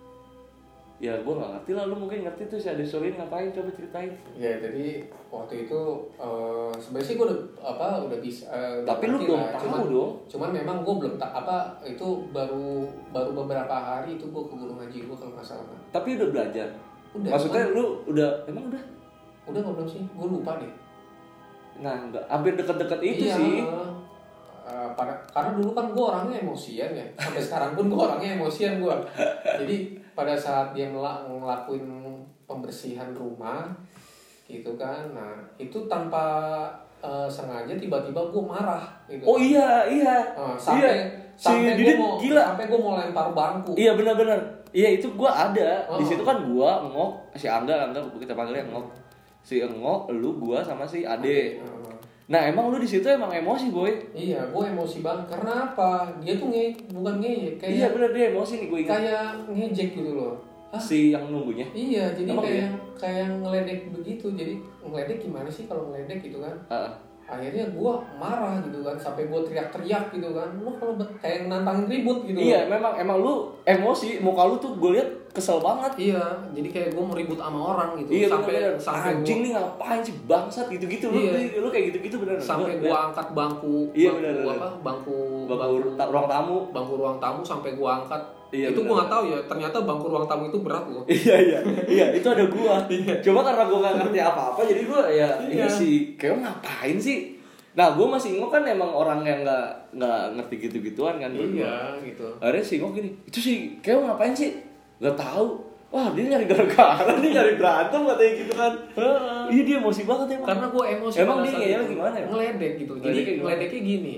ya gue nggak ngerti lah, lu mungkin ngerti tuh si Ade Solihin ngapain, coba ceritain. Ya jadi waktu itu sebenarnya sih gue udah bisa. Tapi lu belum tahu dong. Cuman memang gue belum itu baru beberapa hari itu gue ke Gunung Haji gue kalau nggak salah. Tapi udah belajar. Udah. Maksudnya lu udah emang udah? Udah nggak belum sih? Gue lupa deh. Nah, enggak, hampir deket-deket itu iya, sih. Karena dulu kan gue orangnya emosian ya. Sampai sekarang pun gue orangnya emosian gue. Jadi pada saat dia ngelakuin pembersihan rumah gitu kan, nah itu tanpa sengaja tiba-tiba gue marah gitu. Oh iya. Sampai Didit gila. Sampai gue mau lempar bangku. Iya benar-benar. Iya itu gue ada. Di situ kan gue Ngok, si Angga kita panggilnya Ngok. Si Ngok, lu gue sama si Ade. Nah emang lu di situ emang emosi boy? Iya, gue emosi banget. Karena apa? Dia tuh bukan ngejek, kayak iya benar, dia emosi nih gue ingat. Kayak ngejek gitu loh. Hah? Si yang nunggunya? Iya, jadi emang kayak ngeledek begitu. Jadi ngeledek gimana sih kalau ngeledek gitu kan? Akhirnya gue marah gitu kan, sampai gue teriak-teriak gitu kan. Lu kalau kayak nantangin ribut gitu. Iya, memang lu emosi, muka lu tuh gue lihat kesel banget. Iya, jadi kayak gue mau ribut sama orang gitu. Iya, sampai anjing nih ngapain sih bangsat gitu-gitu. Iya. Lu kayak gitu-gitu bener. Sampai gue angkat bangku. Iya, bangku ruang tamu. Bangku ruang tamu sampai gue angkat. Iya, itu gue nggak tahu ya, ternyata bangku ruang tamu itu berat loh. Iya, itu ada gua. Coba karena gua nggak ngerti apa-apa, jadi gua ya ini sih kayak ngapain sih? Nah, gua masih Ngok kan emang orang yang nggak ngerti gitu-gituan kan dulu. Iya, gitu. Akhirnya si Ngok gini, itu sih kayak ngapain sih? Gak tahu. Wah, dia nyari gara-gara, dia nyari berantem katanya gitu kan. Iya, dia emosi banget emang. Karena gua emosi. Emang dia kayaknya gimana ya? Ngeledek gitu. Jadi ngeledeknya gini.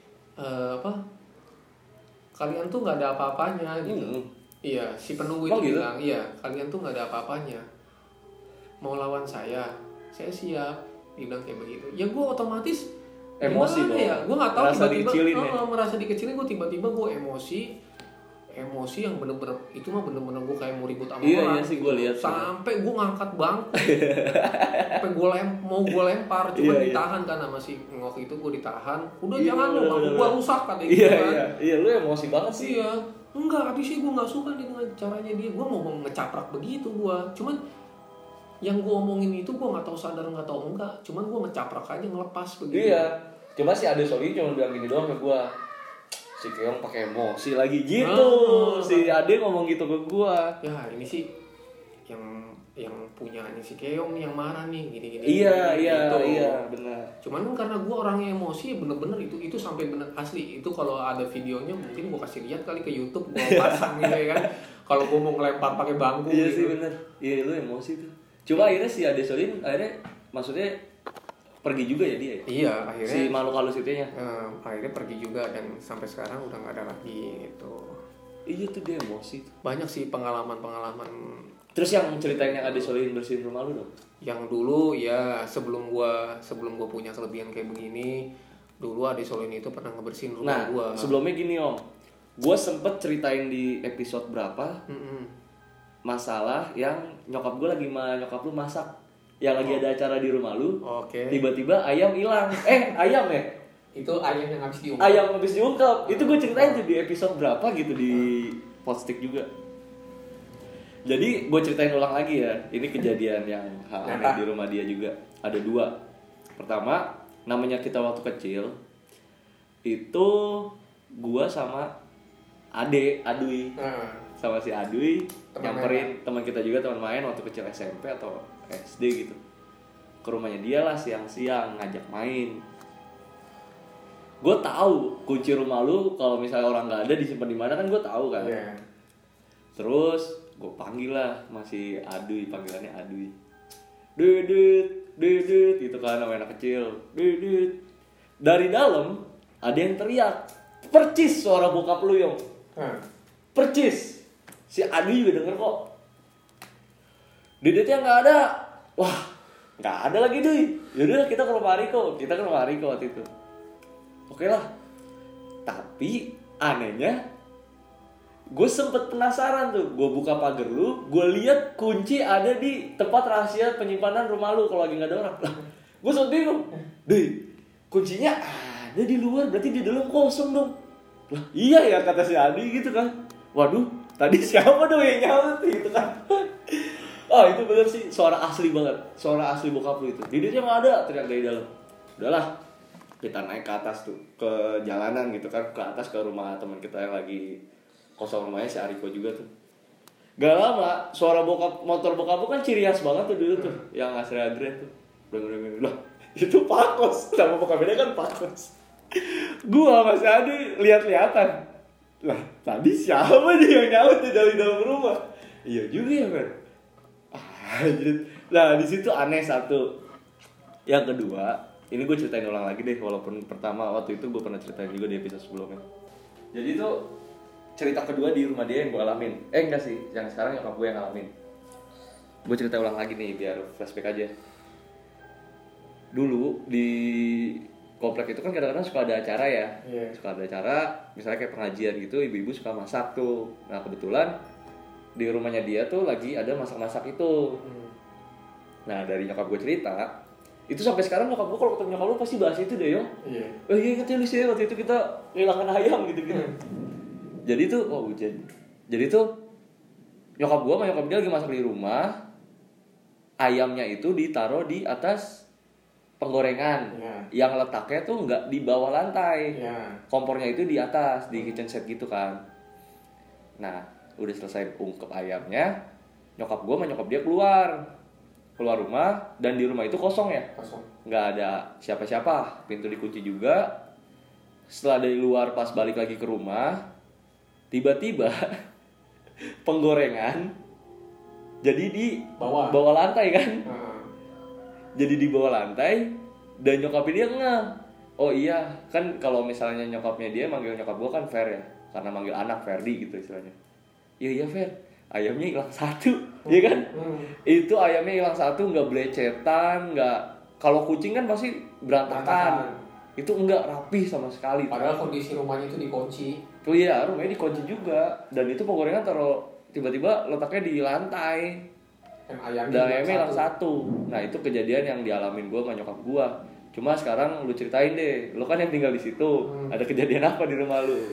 Kalian tuh nggak ada apa-apanya gitu. Iya, si penunggu itu gitu? bilang, iya, kalian tuh nggak ada apa-apanya. Mau lawan saya siap. Dia bilang kayak begitu. Ya gue otomatis emosi dong. Ya, gue nggak tahu merasa tiba-tiba merasa dikecilin, gue tiba-tiba gue emosi yang bener-bener itu mah bener-bener gue kayak mau ribut sama orang. Iya sih gue lihat. Sampai gue ngangkat bangku. Sampai gue lempar, cuma ditahan kan sama si Ngok itu, gue ditahan. Udah jangan lo, bangku gue rusak katanya gitu kan. Iya, lu emosi banget sih. Iya. Enggak, habis sih gue nggak suka dengan caranya dia. Gue mau ngecaprak begitu gue. Cuman yang gue omongin itu gue nggak tahu sadar nggak tahu enggak. Cuman gue ngecaprak aja, ngelepas begitu. Iya. Cuma si Ade Solihin cuma bilang gini doang ke gue. Si Keong pakai emosi lagi gitu. Si Ade ngomong gitu ke gua. Ya ini sih yang yang punyanya si Keong nih yang marah nih gini-gini. Iya gitu. benar. Cuman kan karena gue orangnya emosi bener-bener itu sampai bener asli itu kalau ada videonya mungkin gue kasih lihat kali ke YouTube gue pasang gitu ya kan. Kalau gue mau ngelempar pakai bangku. Iya gitu. sih bener. Iya lu emosi tuh. Cuma akhirnya si Adesolin maksudnya pergi juga ya dia. Iya akhirnya. Si makhluk halus itu nya. Akhirnya pergi juga dan sampai sekarang udah nggak ada lagi gitu. Iya tuh dia emosi tuh. Banyak sih pengalaman. Terus yang ceritain yang Adesolin bersihin rumah lu dong? Yang dulu ya sebelum gua punya kelebihan kayak begini, dulu Adesolin itu pernah ngebersihin rumah gua. Nah, sebelumnya gini Om. Gua sempet ceritain di episode berapa masalah yang nyokap gua lagi nyokap lu masak. Yang lagi ada acara di rumah lu. Oke. Tiba-tiba ayam hilang. Ayam ya? Itu ayam yang habis diungkap. Ayam habis diungkap. Itu gua ceritain tuh di episode berapa gitu di Podstick juga. Jadi gue ceritain ulang lagi ya. Ini kejadian yang aneh di rumah dia juga. Ada 2. Pertama, namanya kita waktu kecil itu gue sama Adui. Sama si Adui nyamperin teman kita juga, teman main waktu kecil SMP atau SD gitu. Ke rumahnya dia lah siang-siang ngajak main. Gue tahu kunci rumah lu kalau misalnya orang nggak ada disimpan di mana kan gue tahu kan. Yeah. Terus gue panggil lah masih Adui, panggilannya Adui. Dudut gitu kan nama anak kecil. Dudut. Dari dalam ada yang teriak, percis suara bokap lu Yong. Percis. Si Adui juga denger kok. Dudutnya nggak ada. Wah, nggak ada lagi Dui. Yaudah kita ke rumah Riko. Kita ke rumah Riko waktu itu. Oke lah. Tapi anehnya gue sempet penasaran tuh, gue buka pagar lu, gue lihat kunci ada di tempat rahasia penyimpanan rumah lu kalau lagi nggak ada orang. Lah, gue sempet bingung, deh, kuncinya ada di luar, berarti di dalam kosong dong. Lah, iya ya kata si Adi gitu kan. Waduh, tadi siapa dong yang nyaut gitu kan? Itu bener sih, suara asli banget, suara asli bokap lu itu. Diditnya nggak ada, teriak dari dalam. Udahlah, kita naik ke atas tuh, ke jalanan gitu kan, ke atas ke rumah teman kita yang lagi kosong rumahnya si Ariko juga tuh. Gak lama suara motor bokap kan ciri khas banget tuh dulu tuh, yang asli Adrian tuh. Lah, itu Pakos, sama bokapnya kan Pakos. Gua sama si Adi lihat-lihatan. Lah, tadi siapa dia yang nyaut dari dalam rumah? Iya juga ya, Fer. Nah, di situ aneh satu. Yang kedua, ini gue ceritain ulang lagi deh, walaupun pertama waktu itu gue pernah ceritain juga di episode sebelumnya. Jadi tuh cerita kedua di rumah dia yang gue alamin. Enggak sih, yang sekarang nyokap gue yang ngalamin. Gue cerita ulang lagi nih biar flashback aja. Dulu di komplek itu kan kadang-kadang suka ada acara ya. Suka ada acara, misalnya kayak pengajian gitu, ibu-ibu suka masak tuh. Nah kebetulan di rumahnya dia tuh lagi ada masak-masak itu. Nah dari nyokap gue cerita, itu sampai sekarang nyokap gue kalau ketemu nyokap lu pasti bahas itu deh yo. Iya inget ya lu sih waktu itu kita kehilangan ayam gitu-gitu. Jadi tuh, hujan. Jadi tuh nyokap gua sama nyokap dia lagi masak di rumah. Ayamnya itu ditaruh di atas penggorengan. Yang letaknya tuh nggak di bawah lantai. Kompornya itu di atas, di kitchen set gitu kan. Nah, udah selesai ungkep ayamnya, nyokap gua sama nyokap dia keluar rumah, dan di rumah itu kosong ya. Nggak ada siapa-siapa, pintu dikunci juga. Setelah dari luar pas balik lagi ke rumah, tiba-tiba penggorengan jadi di bawah lantai kan. Jadi di bawah lantai dan nyokapnya dia ngeh. Oh iya, kan kalau misalnya nyokapnya dia manggil nyokap gua kan Fer ya, karena manggil anak Ferdi gitu istilahnya. Iya Fer, ayamnya hilang 1, ya kan? Itu ayamnya hilang 1, nggak belecetan, nggak. Kalau kucing kan pasti berantakan. Itu enggak rapi sama sekali. Padahal kondisi rumahnya itu dikunci. Oh iya, rumahnya dikunci juga. Dan itu penggorengan taruh tiba-tiba letaknya di lantai. Dan ayamnya hilang 1. Nah itu kejadian yang dialamin gue sama nyokap gue. Cuma sekarang lu ceritain deh, lu kan yang tinggal di situ. Ada kejadian apa di rumah lu?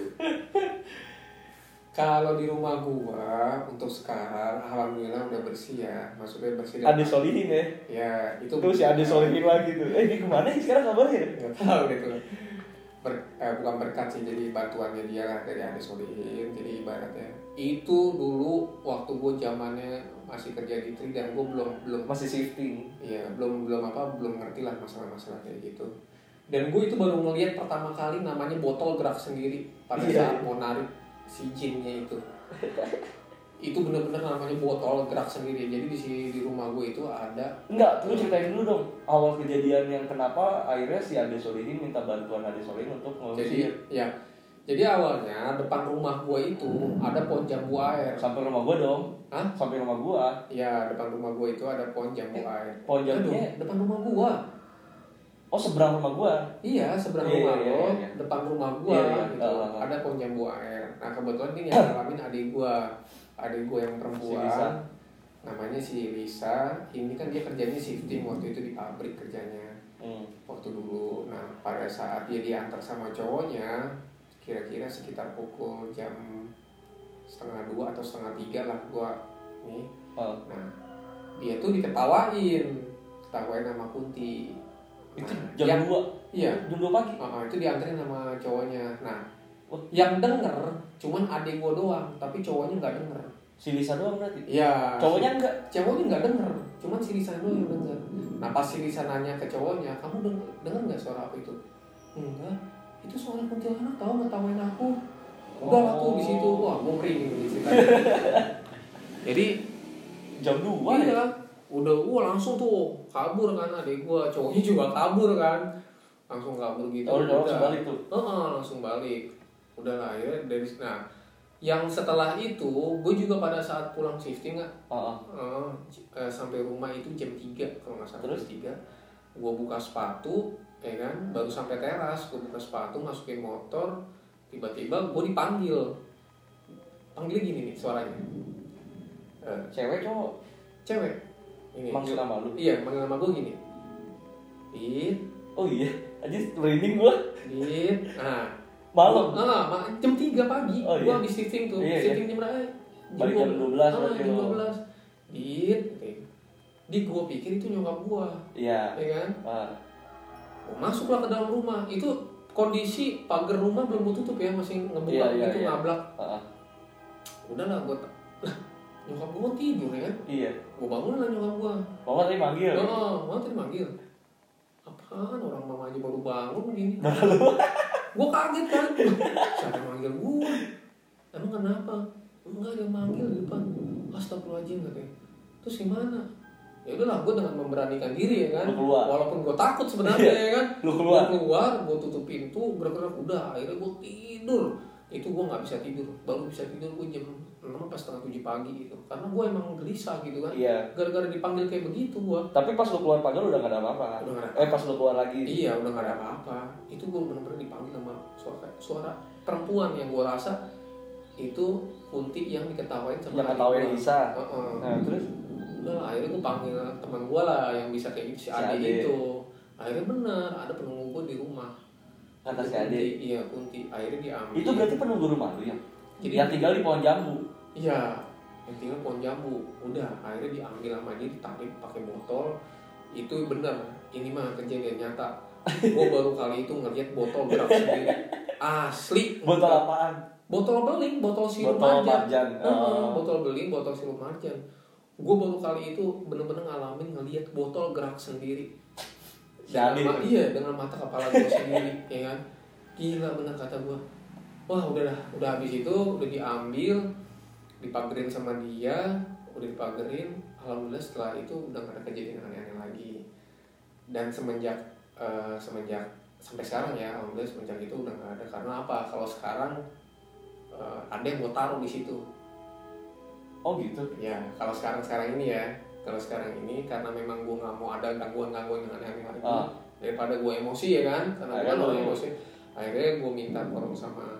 Kalau di rumah gua untuk sekarang alhamdulillah udah bersih ya. Maksudnya bersih. Ade Solihin ya? Ya itu. Terus si Ade Solihin lagi tuh. Dia kemana sih sekarang kabarnya? Gak tahu deh tuh. Bukan berkat sih, jadi bantuannya dia lah dari Ade Solihin. Jadi ibaratnya itu dulu waktu gua zamannya masih kerja di Tri dan gue belum Masih shifting. iya belum ngerti lah masalah kayak gitu. Dan gue itu baru ngeliat pertama kali namanya botol gerak sendiri pada saat mau narik si jinnya itu. Itu bener-bener namanya botol gerak sendiri. Jadi di rumah gue itu ada. Enggak, lu ceritain dulu dong awal kejadian yang kenapa akhirnya si Ade Solihin minta bantuan Ade Solihin untuk ngelurusin. Jadi awalnya depan rumah gue itu ada pohon jambu air. Sampai rumah gua dong. Hah? Sampai rumah gua. Iya, depan rumah gue itu ada pohon jambu air. Pohon jambunya depan rumah gua. Oh, seberang rumah gua. Iya, seberang Iya, rumah iya, lo, iya. depan rumah gua Iya, gitu. Ada pohon jambu air. Nah, kebetulan ini yang ngalamin adik gua. Adik gua yang perempuan. Si Lisa. Namanya si Lisa. Ini kan dia kerjanya shifting waktu itu di pabrik kerjanya. Waktu dulu. Nah, pada saat dia diantar sama cowoknya, kira-kira sekitar pukul jam 1:30 atau 1:30 lah gua nih. Nah, dia tuh diketawain sama Kunti. Itu Nah, jam 2. Iya, Jam 2 pagi. itu dianterin sama cowoknya. Nah, yang denger cuman adik gua doang, tapi cowoknya nggak denger. Si Lisa doang berarti? Iya. Cowoknya enggak? Cowoknya nggak denger, cuman si Lisa doang yang denger. Nah, pas si Lisa nanya ke cowoknya, kamu denger nggak suara apa itu? Enggak, itu suara kuntilanak tahu ngetawain aku. Udah lah tuh di situ, wah gue merinding di situ. Jadi jam 2 iya, udah langsung tuh kabur kan adik gua, cowoknya juga kabur kan, langsung kabur gitu. Langsung balik tuh. Langsung balik. Udah lah ya dari yang setelah itu gue juga pada saat pulang shifting sampai rumah itu jam 3 kalau nggak salah. Terus? Jam 3 gue buka sepatu ya kan, baru sampai teras gue buka sepatu masukin motor, tiba-tiba gue dipanggil gini nih suaranya. Cewek cowok? Cewek ini Manggil nama lu? iya, manggil nama gue gini, Dit. Oh iya, aja merinding gua. Dit. Nah Malam? Jam 3 pagi. Oh, iya. Gue habis shifting tuh. Iya, Shifting jam berapa? Balik jam 12 berarti jam lo. 12. Dit gue pikir itu nyokap gue. Iya. Ya kan? Masuklah ke dalam rumah. Itu kondisi pagar rumah belum tutup ya, masih ngebuka gitu, ngablak. Udahlah gue nyokap gue tidur ya kan? Iya. Gue bangun lah nyokap gue. Mama tadi manggil? Mama tadi manggil. Apaan orang mamanya baru bangun begini? Gue kaget kan. Siapa yang manggil gue? Emang kenapa? Enggak, dia manggil di depan. Astagfirullahaladzim katanya. Terus gimana? Ya udahlah, gue dengan memberanikan diri ya kan. Lu keluar. Walaupun gue takut sebenarnya ya kan. Lu keluar. Gue keluar, gue tutup pintu, gerak-gerak udah. Akhirnya gue tidur. Itu gue nggak bisa tidur. Baru bisa tidur gue jam 6 pas setengah 7 pagi gitu. Karena gue emang gelisah gitu kan. Iya. Gara-gara dipanggil kayak begitu gue. Tapi pas lu keluar pagar udah gak ada apa-apa kan? Udah gak ada apa-apa. Pas lu keluar lagi? Iya, udah gak ada apa-apa. Itu gue bener-bener dipanggil sama suara perempuan yang gue rasa itu Kunti yang diketawain sama yang ketawain Lisa. Nah, terus? Udah, akhirnya gue panggil teman gue lah yang bisa kayak gitu, si Ade itu. Akhirnya bener, ada penunggu gue di rumah. Kata si Ade? Iya, Kunti. Akhirnya diambil. Itu berarti penunggu rumah lu ya? Jadi, yang tinggal di pohon jambu? Iya, yang tinggal pohon jambu. Udah, akhirnya diambil sama dia, ditarik pakai botol. Itu bener, ini mah kejadian nyata. Gue baru kali itu ngeliat botol gerak sendiri. Asli. Botol apaan? Botol beling, botol sirup marjan. Botol beling, botol sirup marjan. Gue baru kali itu bener-bener ngalamin ngeliat botol gerak sendiri. Dengan mata kepala gue sendiri, ya kan? Gila bener kata gue. Wah udah habis itu udah diambil, dipagerin sama dia, udah dipagerin. Alhamdulillah setelah itu udah gak ada kejadian aneh-aneh lagi. Dan semenjak sampai sekarang ya, alhamdulillah semenjak itu udah gak ada. Karena apa? Kalau sekarang ada yang mau taruh di situ. Oh gitu? Ya, kalau sekarang ini ya, karena memang gue nggak mau ada gangguan-gangguan yang aneh-aneh lagi. Daripada gue emosi ya kan, karena gue kan emosi. Akhirnya gue minta tolong sama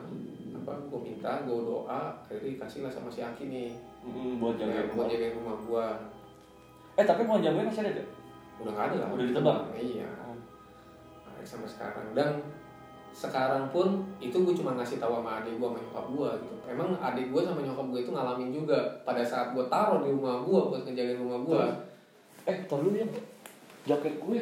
gue doa, akhirnya dikasih lah sama si Aki nih. Buat jagain rumah gue. Tapi pohon jambunya masih ada gak? Udah nggak ada lah. Udah ditebang? Iya. Sampai sekarang. Dan sekarang pun itu gue cuma ngasih tahu sama adik gue sama nyokap gue gitu. Emang adik gue sama nyokap gue itu ngalamin juga pada saat gue taruh di rumah gue buat ngejagain rumah gue. Tar dulu ya, jaket gue.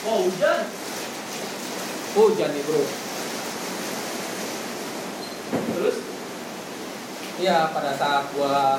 Oh, hujan. Hujan nih bro. Terus? Iya, pada saat gua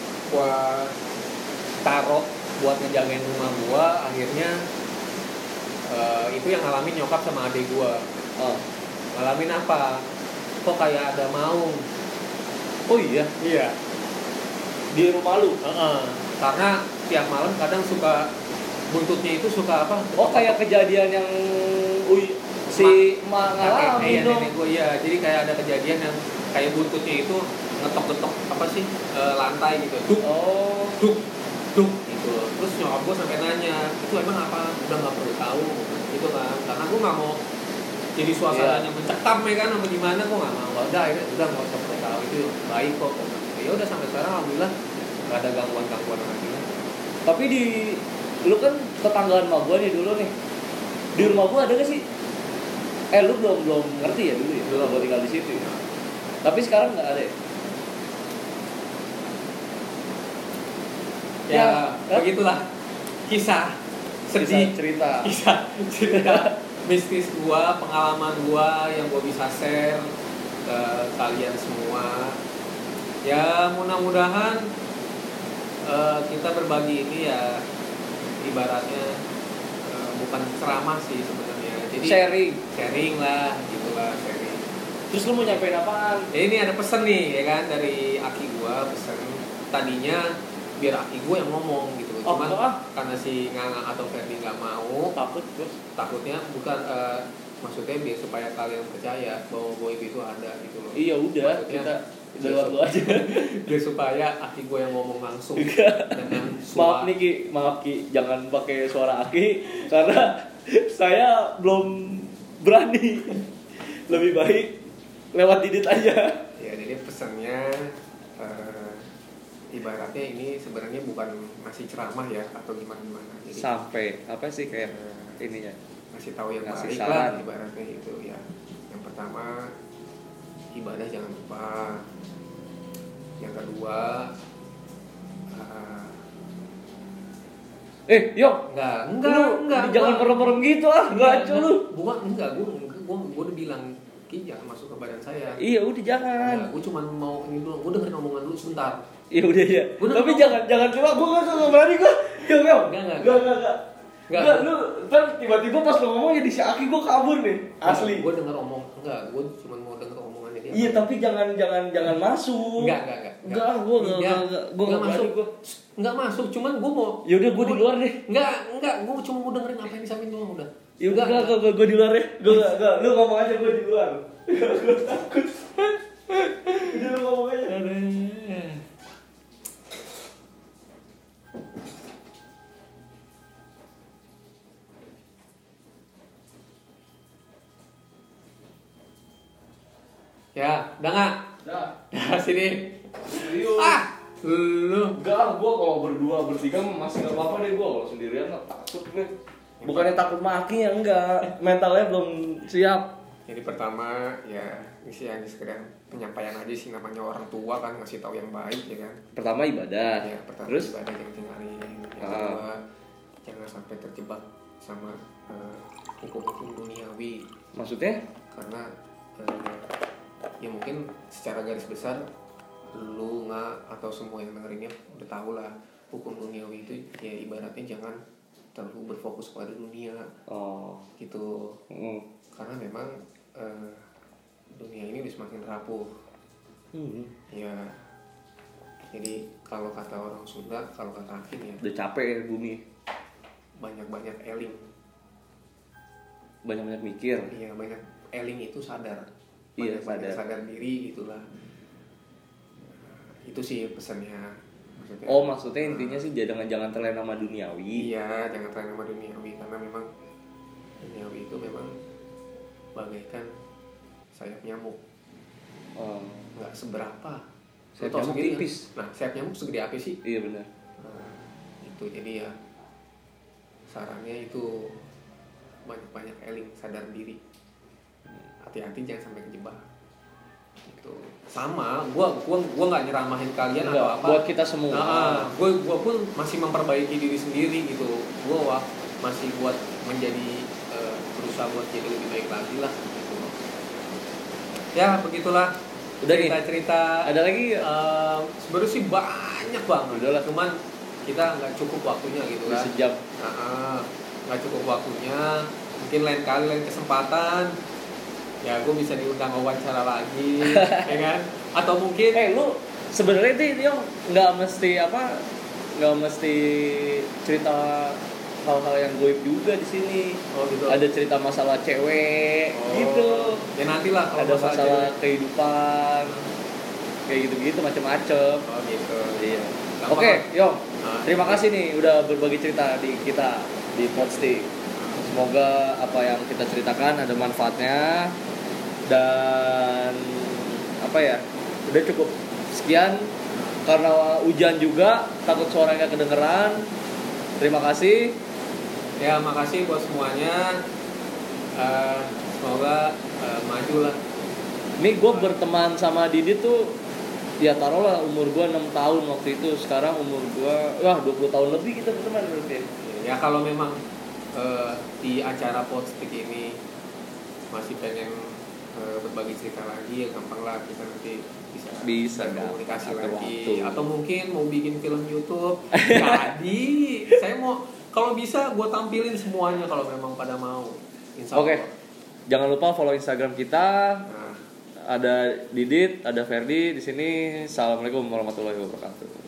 taruh buat ngejagain rumah gua, akhirnya itu yang ngalamin nyokap sama adik gua. Oh. Ngalamin apa? Kok kayak ada maung? Oh iya. Iya. Di rumah lu. Karena tiap malam kadang suka buntutnya itu suka apa? Oh, kayak kejadian yang si emak ngalamin dong. Nenek gue iya. Jadi kayak ada kejadian yang kayak buntutnya itu ngetok-ngetok apa sih lantai gitu. Duk gitu. Terus nyokap gue sampai nanya, itu emang apa? Udah nggak perlu tahu gitu kan? Karena gue nggak mau jadi suasananya mencekam ya kan, apa gimana? Gue nggak mau. Udah nggak usah perlu tahu, itu baik kok. Ya udah sampai sekarang alhamdulillah nggak ada gangguan lagi. Tapi lu kan tetanggaan sama gua nih dulu nih. Di rumah gua ada gak sih? Lu belum ngerti ya dulu ya? Dulu gua tinggal di situ ya. Tapi sekarang nggak ada ya? Ya, begitulah kisah sedih, cerita mistis gua, pengalaman gua yang gua bisa share ke kalian semua. Ya mudah-mudahan kita berbagi ini ya ibaratnya bukan ceramah sih sebenarnya. Jadi sharing lah, gitulah sharing. Terus lu mau nyampein apaan? Ini ada pesan nih ya kan dari aki gua, pesan tadinya biar aki gue yang ngomong gitu. Cuman karena si Nganga atau Ferdi nggak mau, takutnya bukan maksudnya biar supaya kalian percaya bahwa goib itu ada gitu loh. Iya udah, kita lewat lu aja. Biar supaya aki gue yang ngomong langsung dengan suara. Maaf Ki, jangan pakai suara Aki karena saya belum berani. Lebih baik lewat Didit aja. Ya jadi pesannya ibaratnya ini sebenarnya bukan masih ceramah ya atau gimana. Jadi, sampai apa sih kayak ininya? Ngasih tahu yang ngasih baik saran. lah ibaratnya itu ya. Yang pertama ibadah jangan lupa. Yang kedua enggak jangan merem-merem gitu enggak lu. Gua udah bilang Ki jangan masuk ke badan saya. Iya udah jangan. Gue cuma mau ini dulu, gue dengerin omongan dulu sebentar. Iya udah ya. Tapi jangan cuma gue nggak berani gue. Enggak. Lu ntar tiba-tiba pas lu ngomong jadi si Aki gue kabur nih. Asli. Gue denger gue cuma mau denger omongannya dia. Iya tapi jangan masuk. Enggak. Gue nggak masuk. Enggak masuk, cuman gue mau. Ya udah gue di luar deh. Enggak, gue cuma mau dengerin apa yang disampaikan doang udah. Ya udah gue di luar ya. Gue enggak. Lu ngomong aja gue di luar. Gue takut. Udah lu ngomong aja. Ya, udah nggak? Dah. Sini. Serius. Lu. Enggak, gue kalau berdua bertiga masih nggak apa-apa deh. Gue kalau sendirian takut gue. Bukannya takut maki ya enggak, mentalnya belum siap. Jadi pertama ya ini sih hanya sekedar penyampaian aja sih, namanya orang tua kan ngasih tahu yang baik ya kan. Pertama ibadah. Ya, pertama terus ibadah jangan tinggalin. Yang kedua jangan sampai terjebak sama hukum-hukum duniawi. maksudnya? Karena ya mungkin secara garis besar lu nggak atau semua yang dengerinnya udah tahu lah hukum duniawi itu ya ibaratnya jangan terlalu berfokus pada dunia gitu. Karena memang dunia ini udah semakin rapuh. Ya jadi kalau kata orang Sunda, kalau kata Akin ya udah capek ya bumi, banyak-banyak eling, banyak-banyak mikir. iya banyak eling itu sadar. Iya, sadar diri gitulah. Itu sih pesannya maksudnya. Maksudnya intinya sih jangan terlena sama duniawi. Iya, jangan terlena sama duniawi karena memang duniawi itu memang bagaikan sayap nyamuk. Nggak seberapa. Sayap nyamuk tipis. Nah, sayap nyamuk segede apa sih? Iya benar. Itu jadi ya sarannya itu banyak-banyak eling, sadar diri. Hati-hati jangan sampai kejebak. Itu sama, gua nggak nyeramahin kalian atau apa. Buat kita semua. Gua pun masih memperbaiki diri sendiri gitu. Gua masih buat menjadi berusaha buat jadi lebih baik lagi lah gitu. Ya begitulah Udah nih. cerita-cerita. Ada lagi nggak? Sebenarnya sih banyak banget. Udahlah. Cuman kita nggak cukup waktunya gitu kan. Sejam. Nggak cukup waktunya. Mungkin lain kali, lain kesempatan. Ya gue bisa diundang wawancara lagi, ya kan? Atau mungkin Lu sebenarnya nih nggak mesti cerita hal-hal yang goib juga di sini. Oh gitu. Ada cerita masalah cewek gitu. Ya nantilah kalau Ada masalah kehidupan kayak gitu-gitu macam-macam. Oh gitu. Iya. Gampang. Oke, Yong. Nah, Terima kasih nih udah berbagi cerita di kita di Podstick. Semoga apa yang kita ceritakan ada manfaatnya dan udah cukup sekian karena hujan juga takut suaranya kedengeran. Terima kasih. Ya makasih buat semuanya. Semoga maju lah. Ini gue berteman sama Didit tuh ya taruhlah umur gue 6 tahun waktu itu. Sekarang umur gue 20 tahun lebih kita berteman berarti. Ya kalau memang di acara Podstick ini masih pengen berbagi cerita lagi, ya gampang lah kita nanti bisa komunikasi lagi. Atau mungkin mau bikin film YouTube. Jadi saya mau kalau bisa gue tampilin semuanya kalau memang pada mau. Oke. Jangan lupa follow Instagram kita. Nah. Ada Didit, ada Ferdi di sini. Assalamualaikum warahmatullahi wabarakatuh.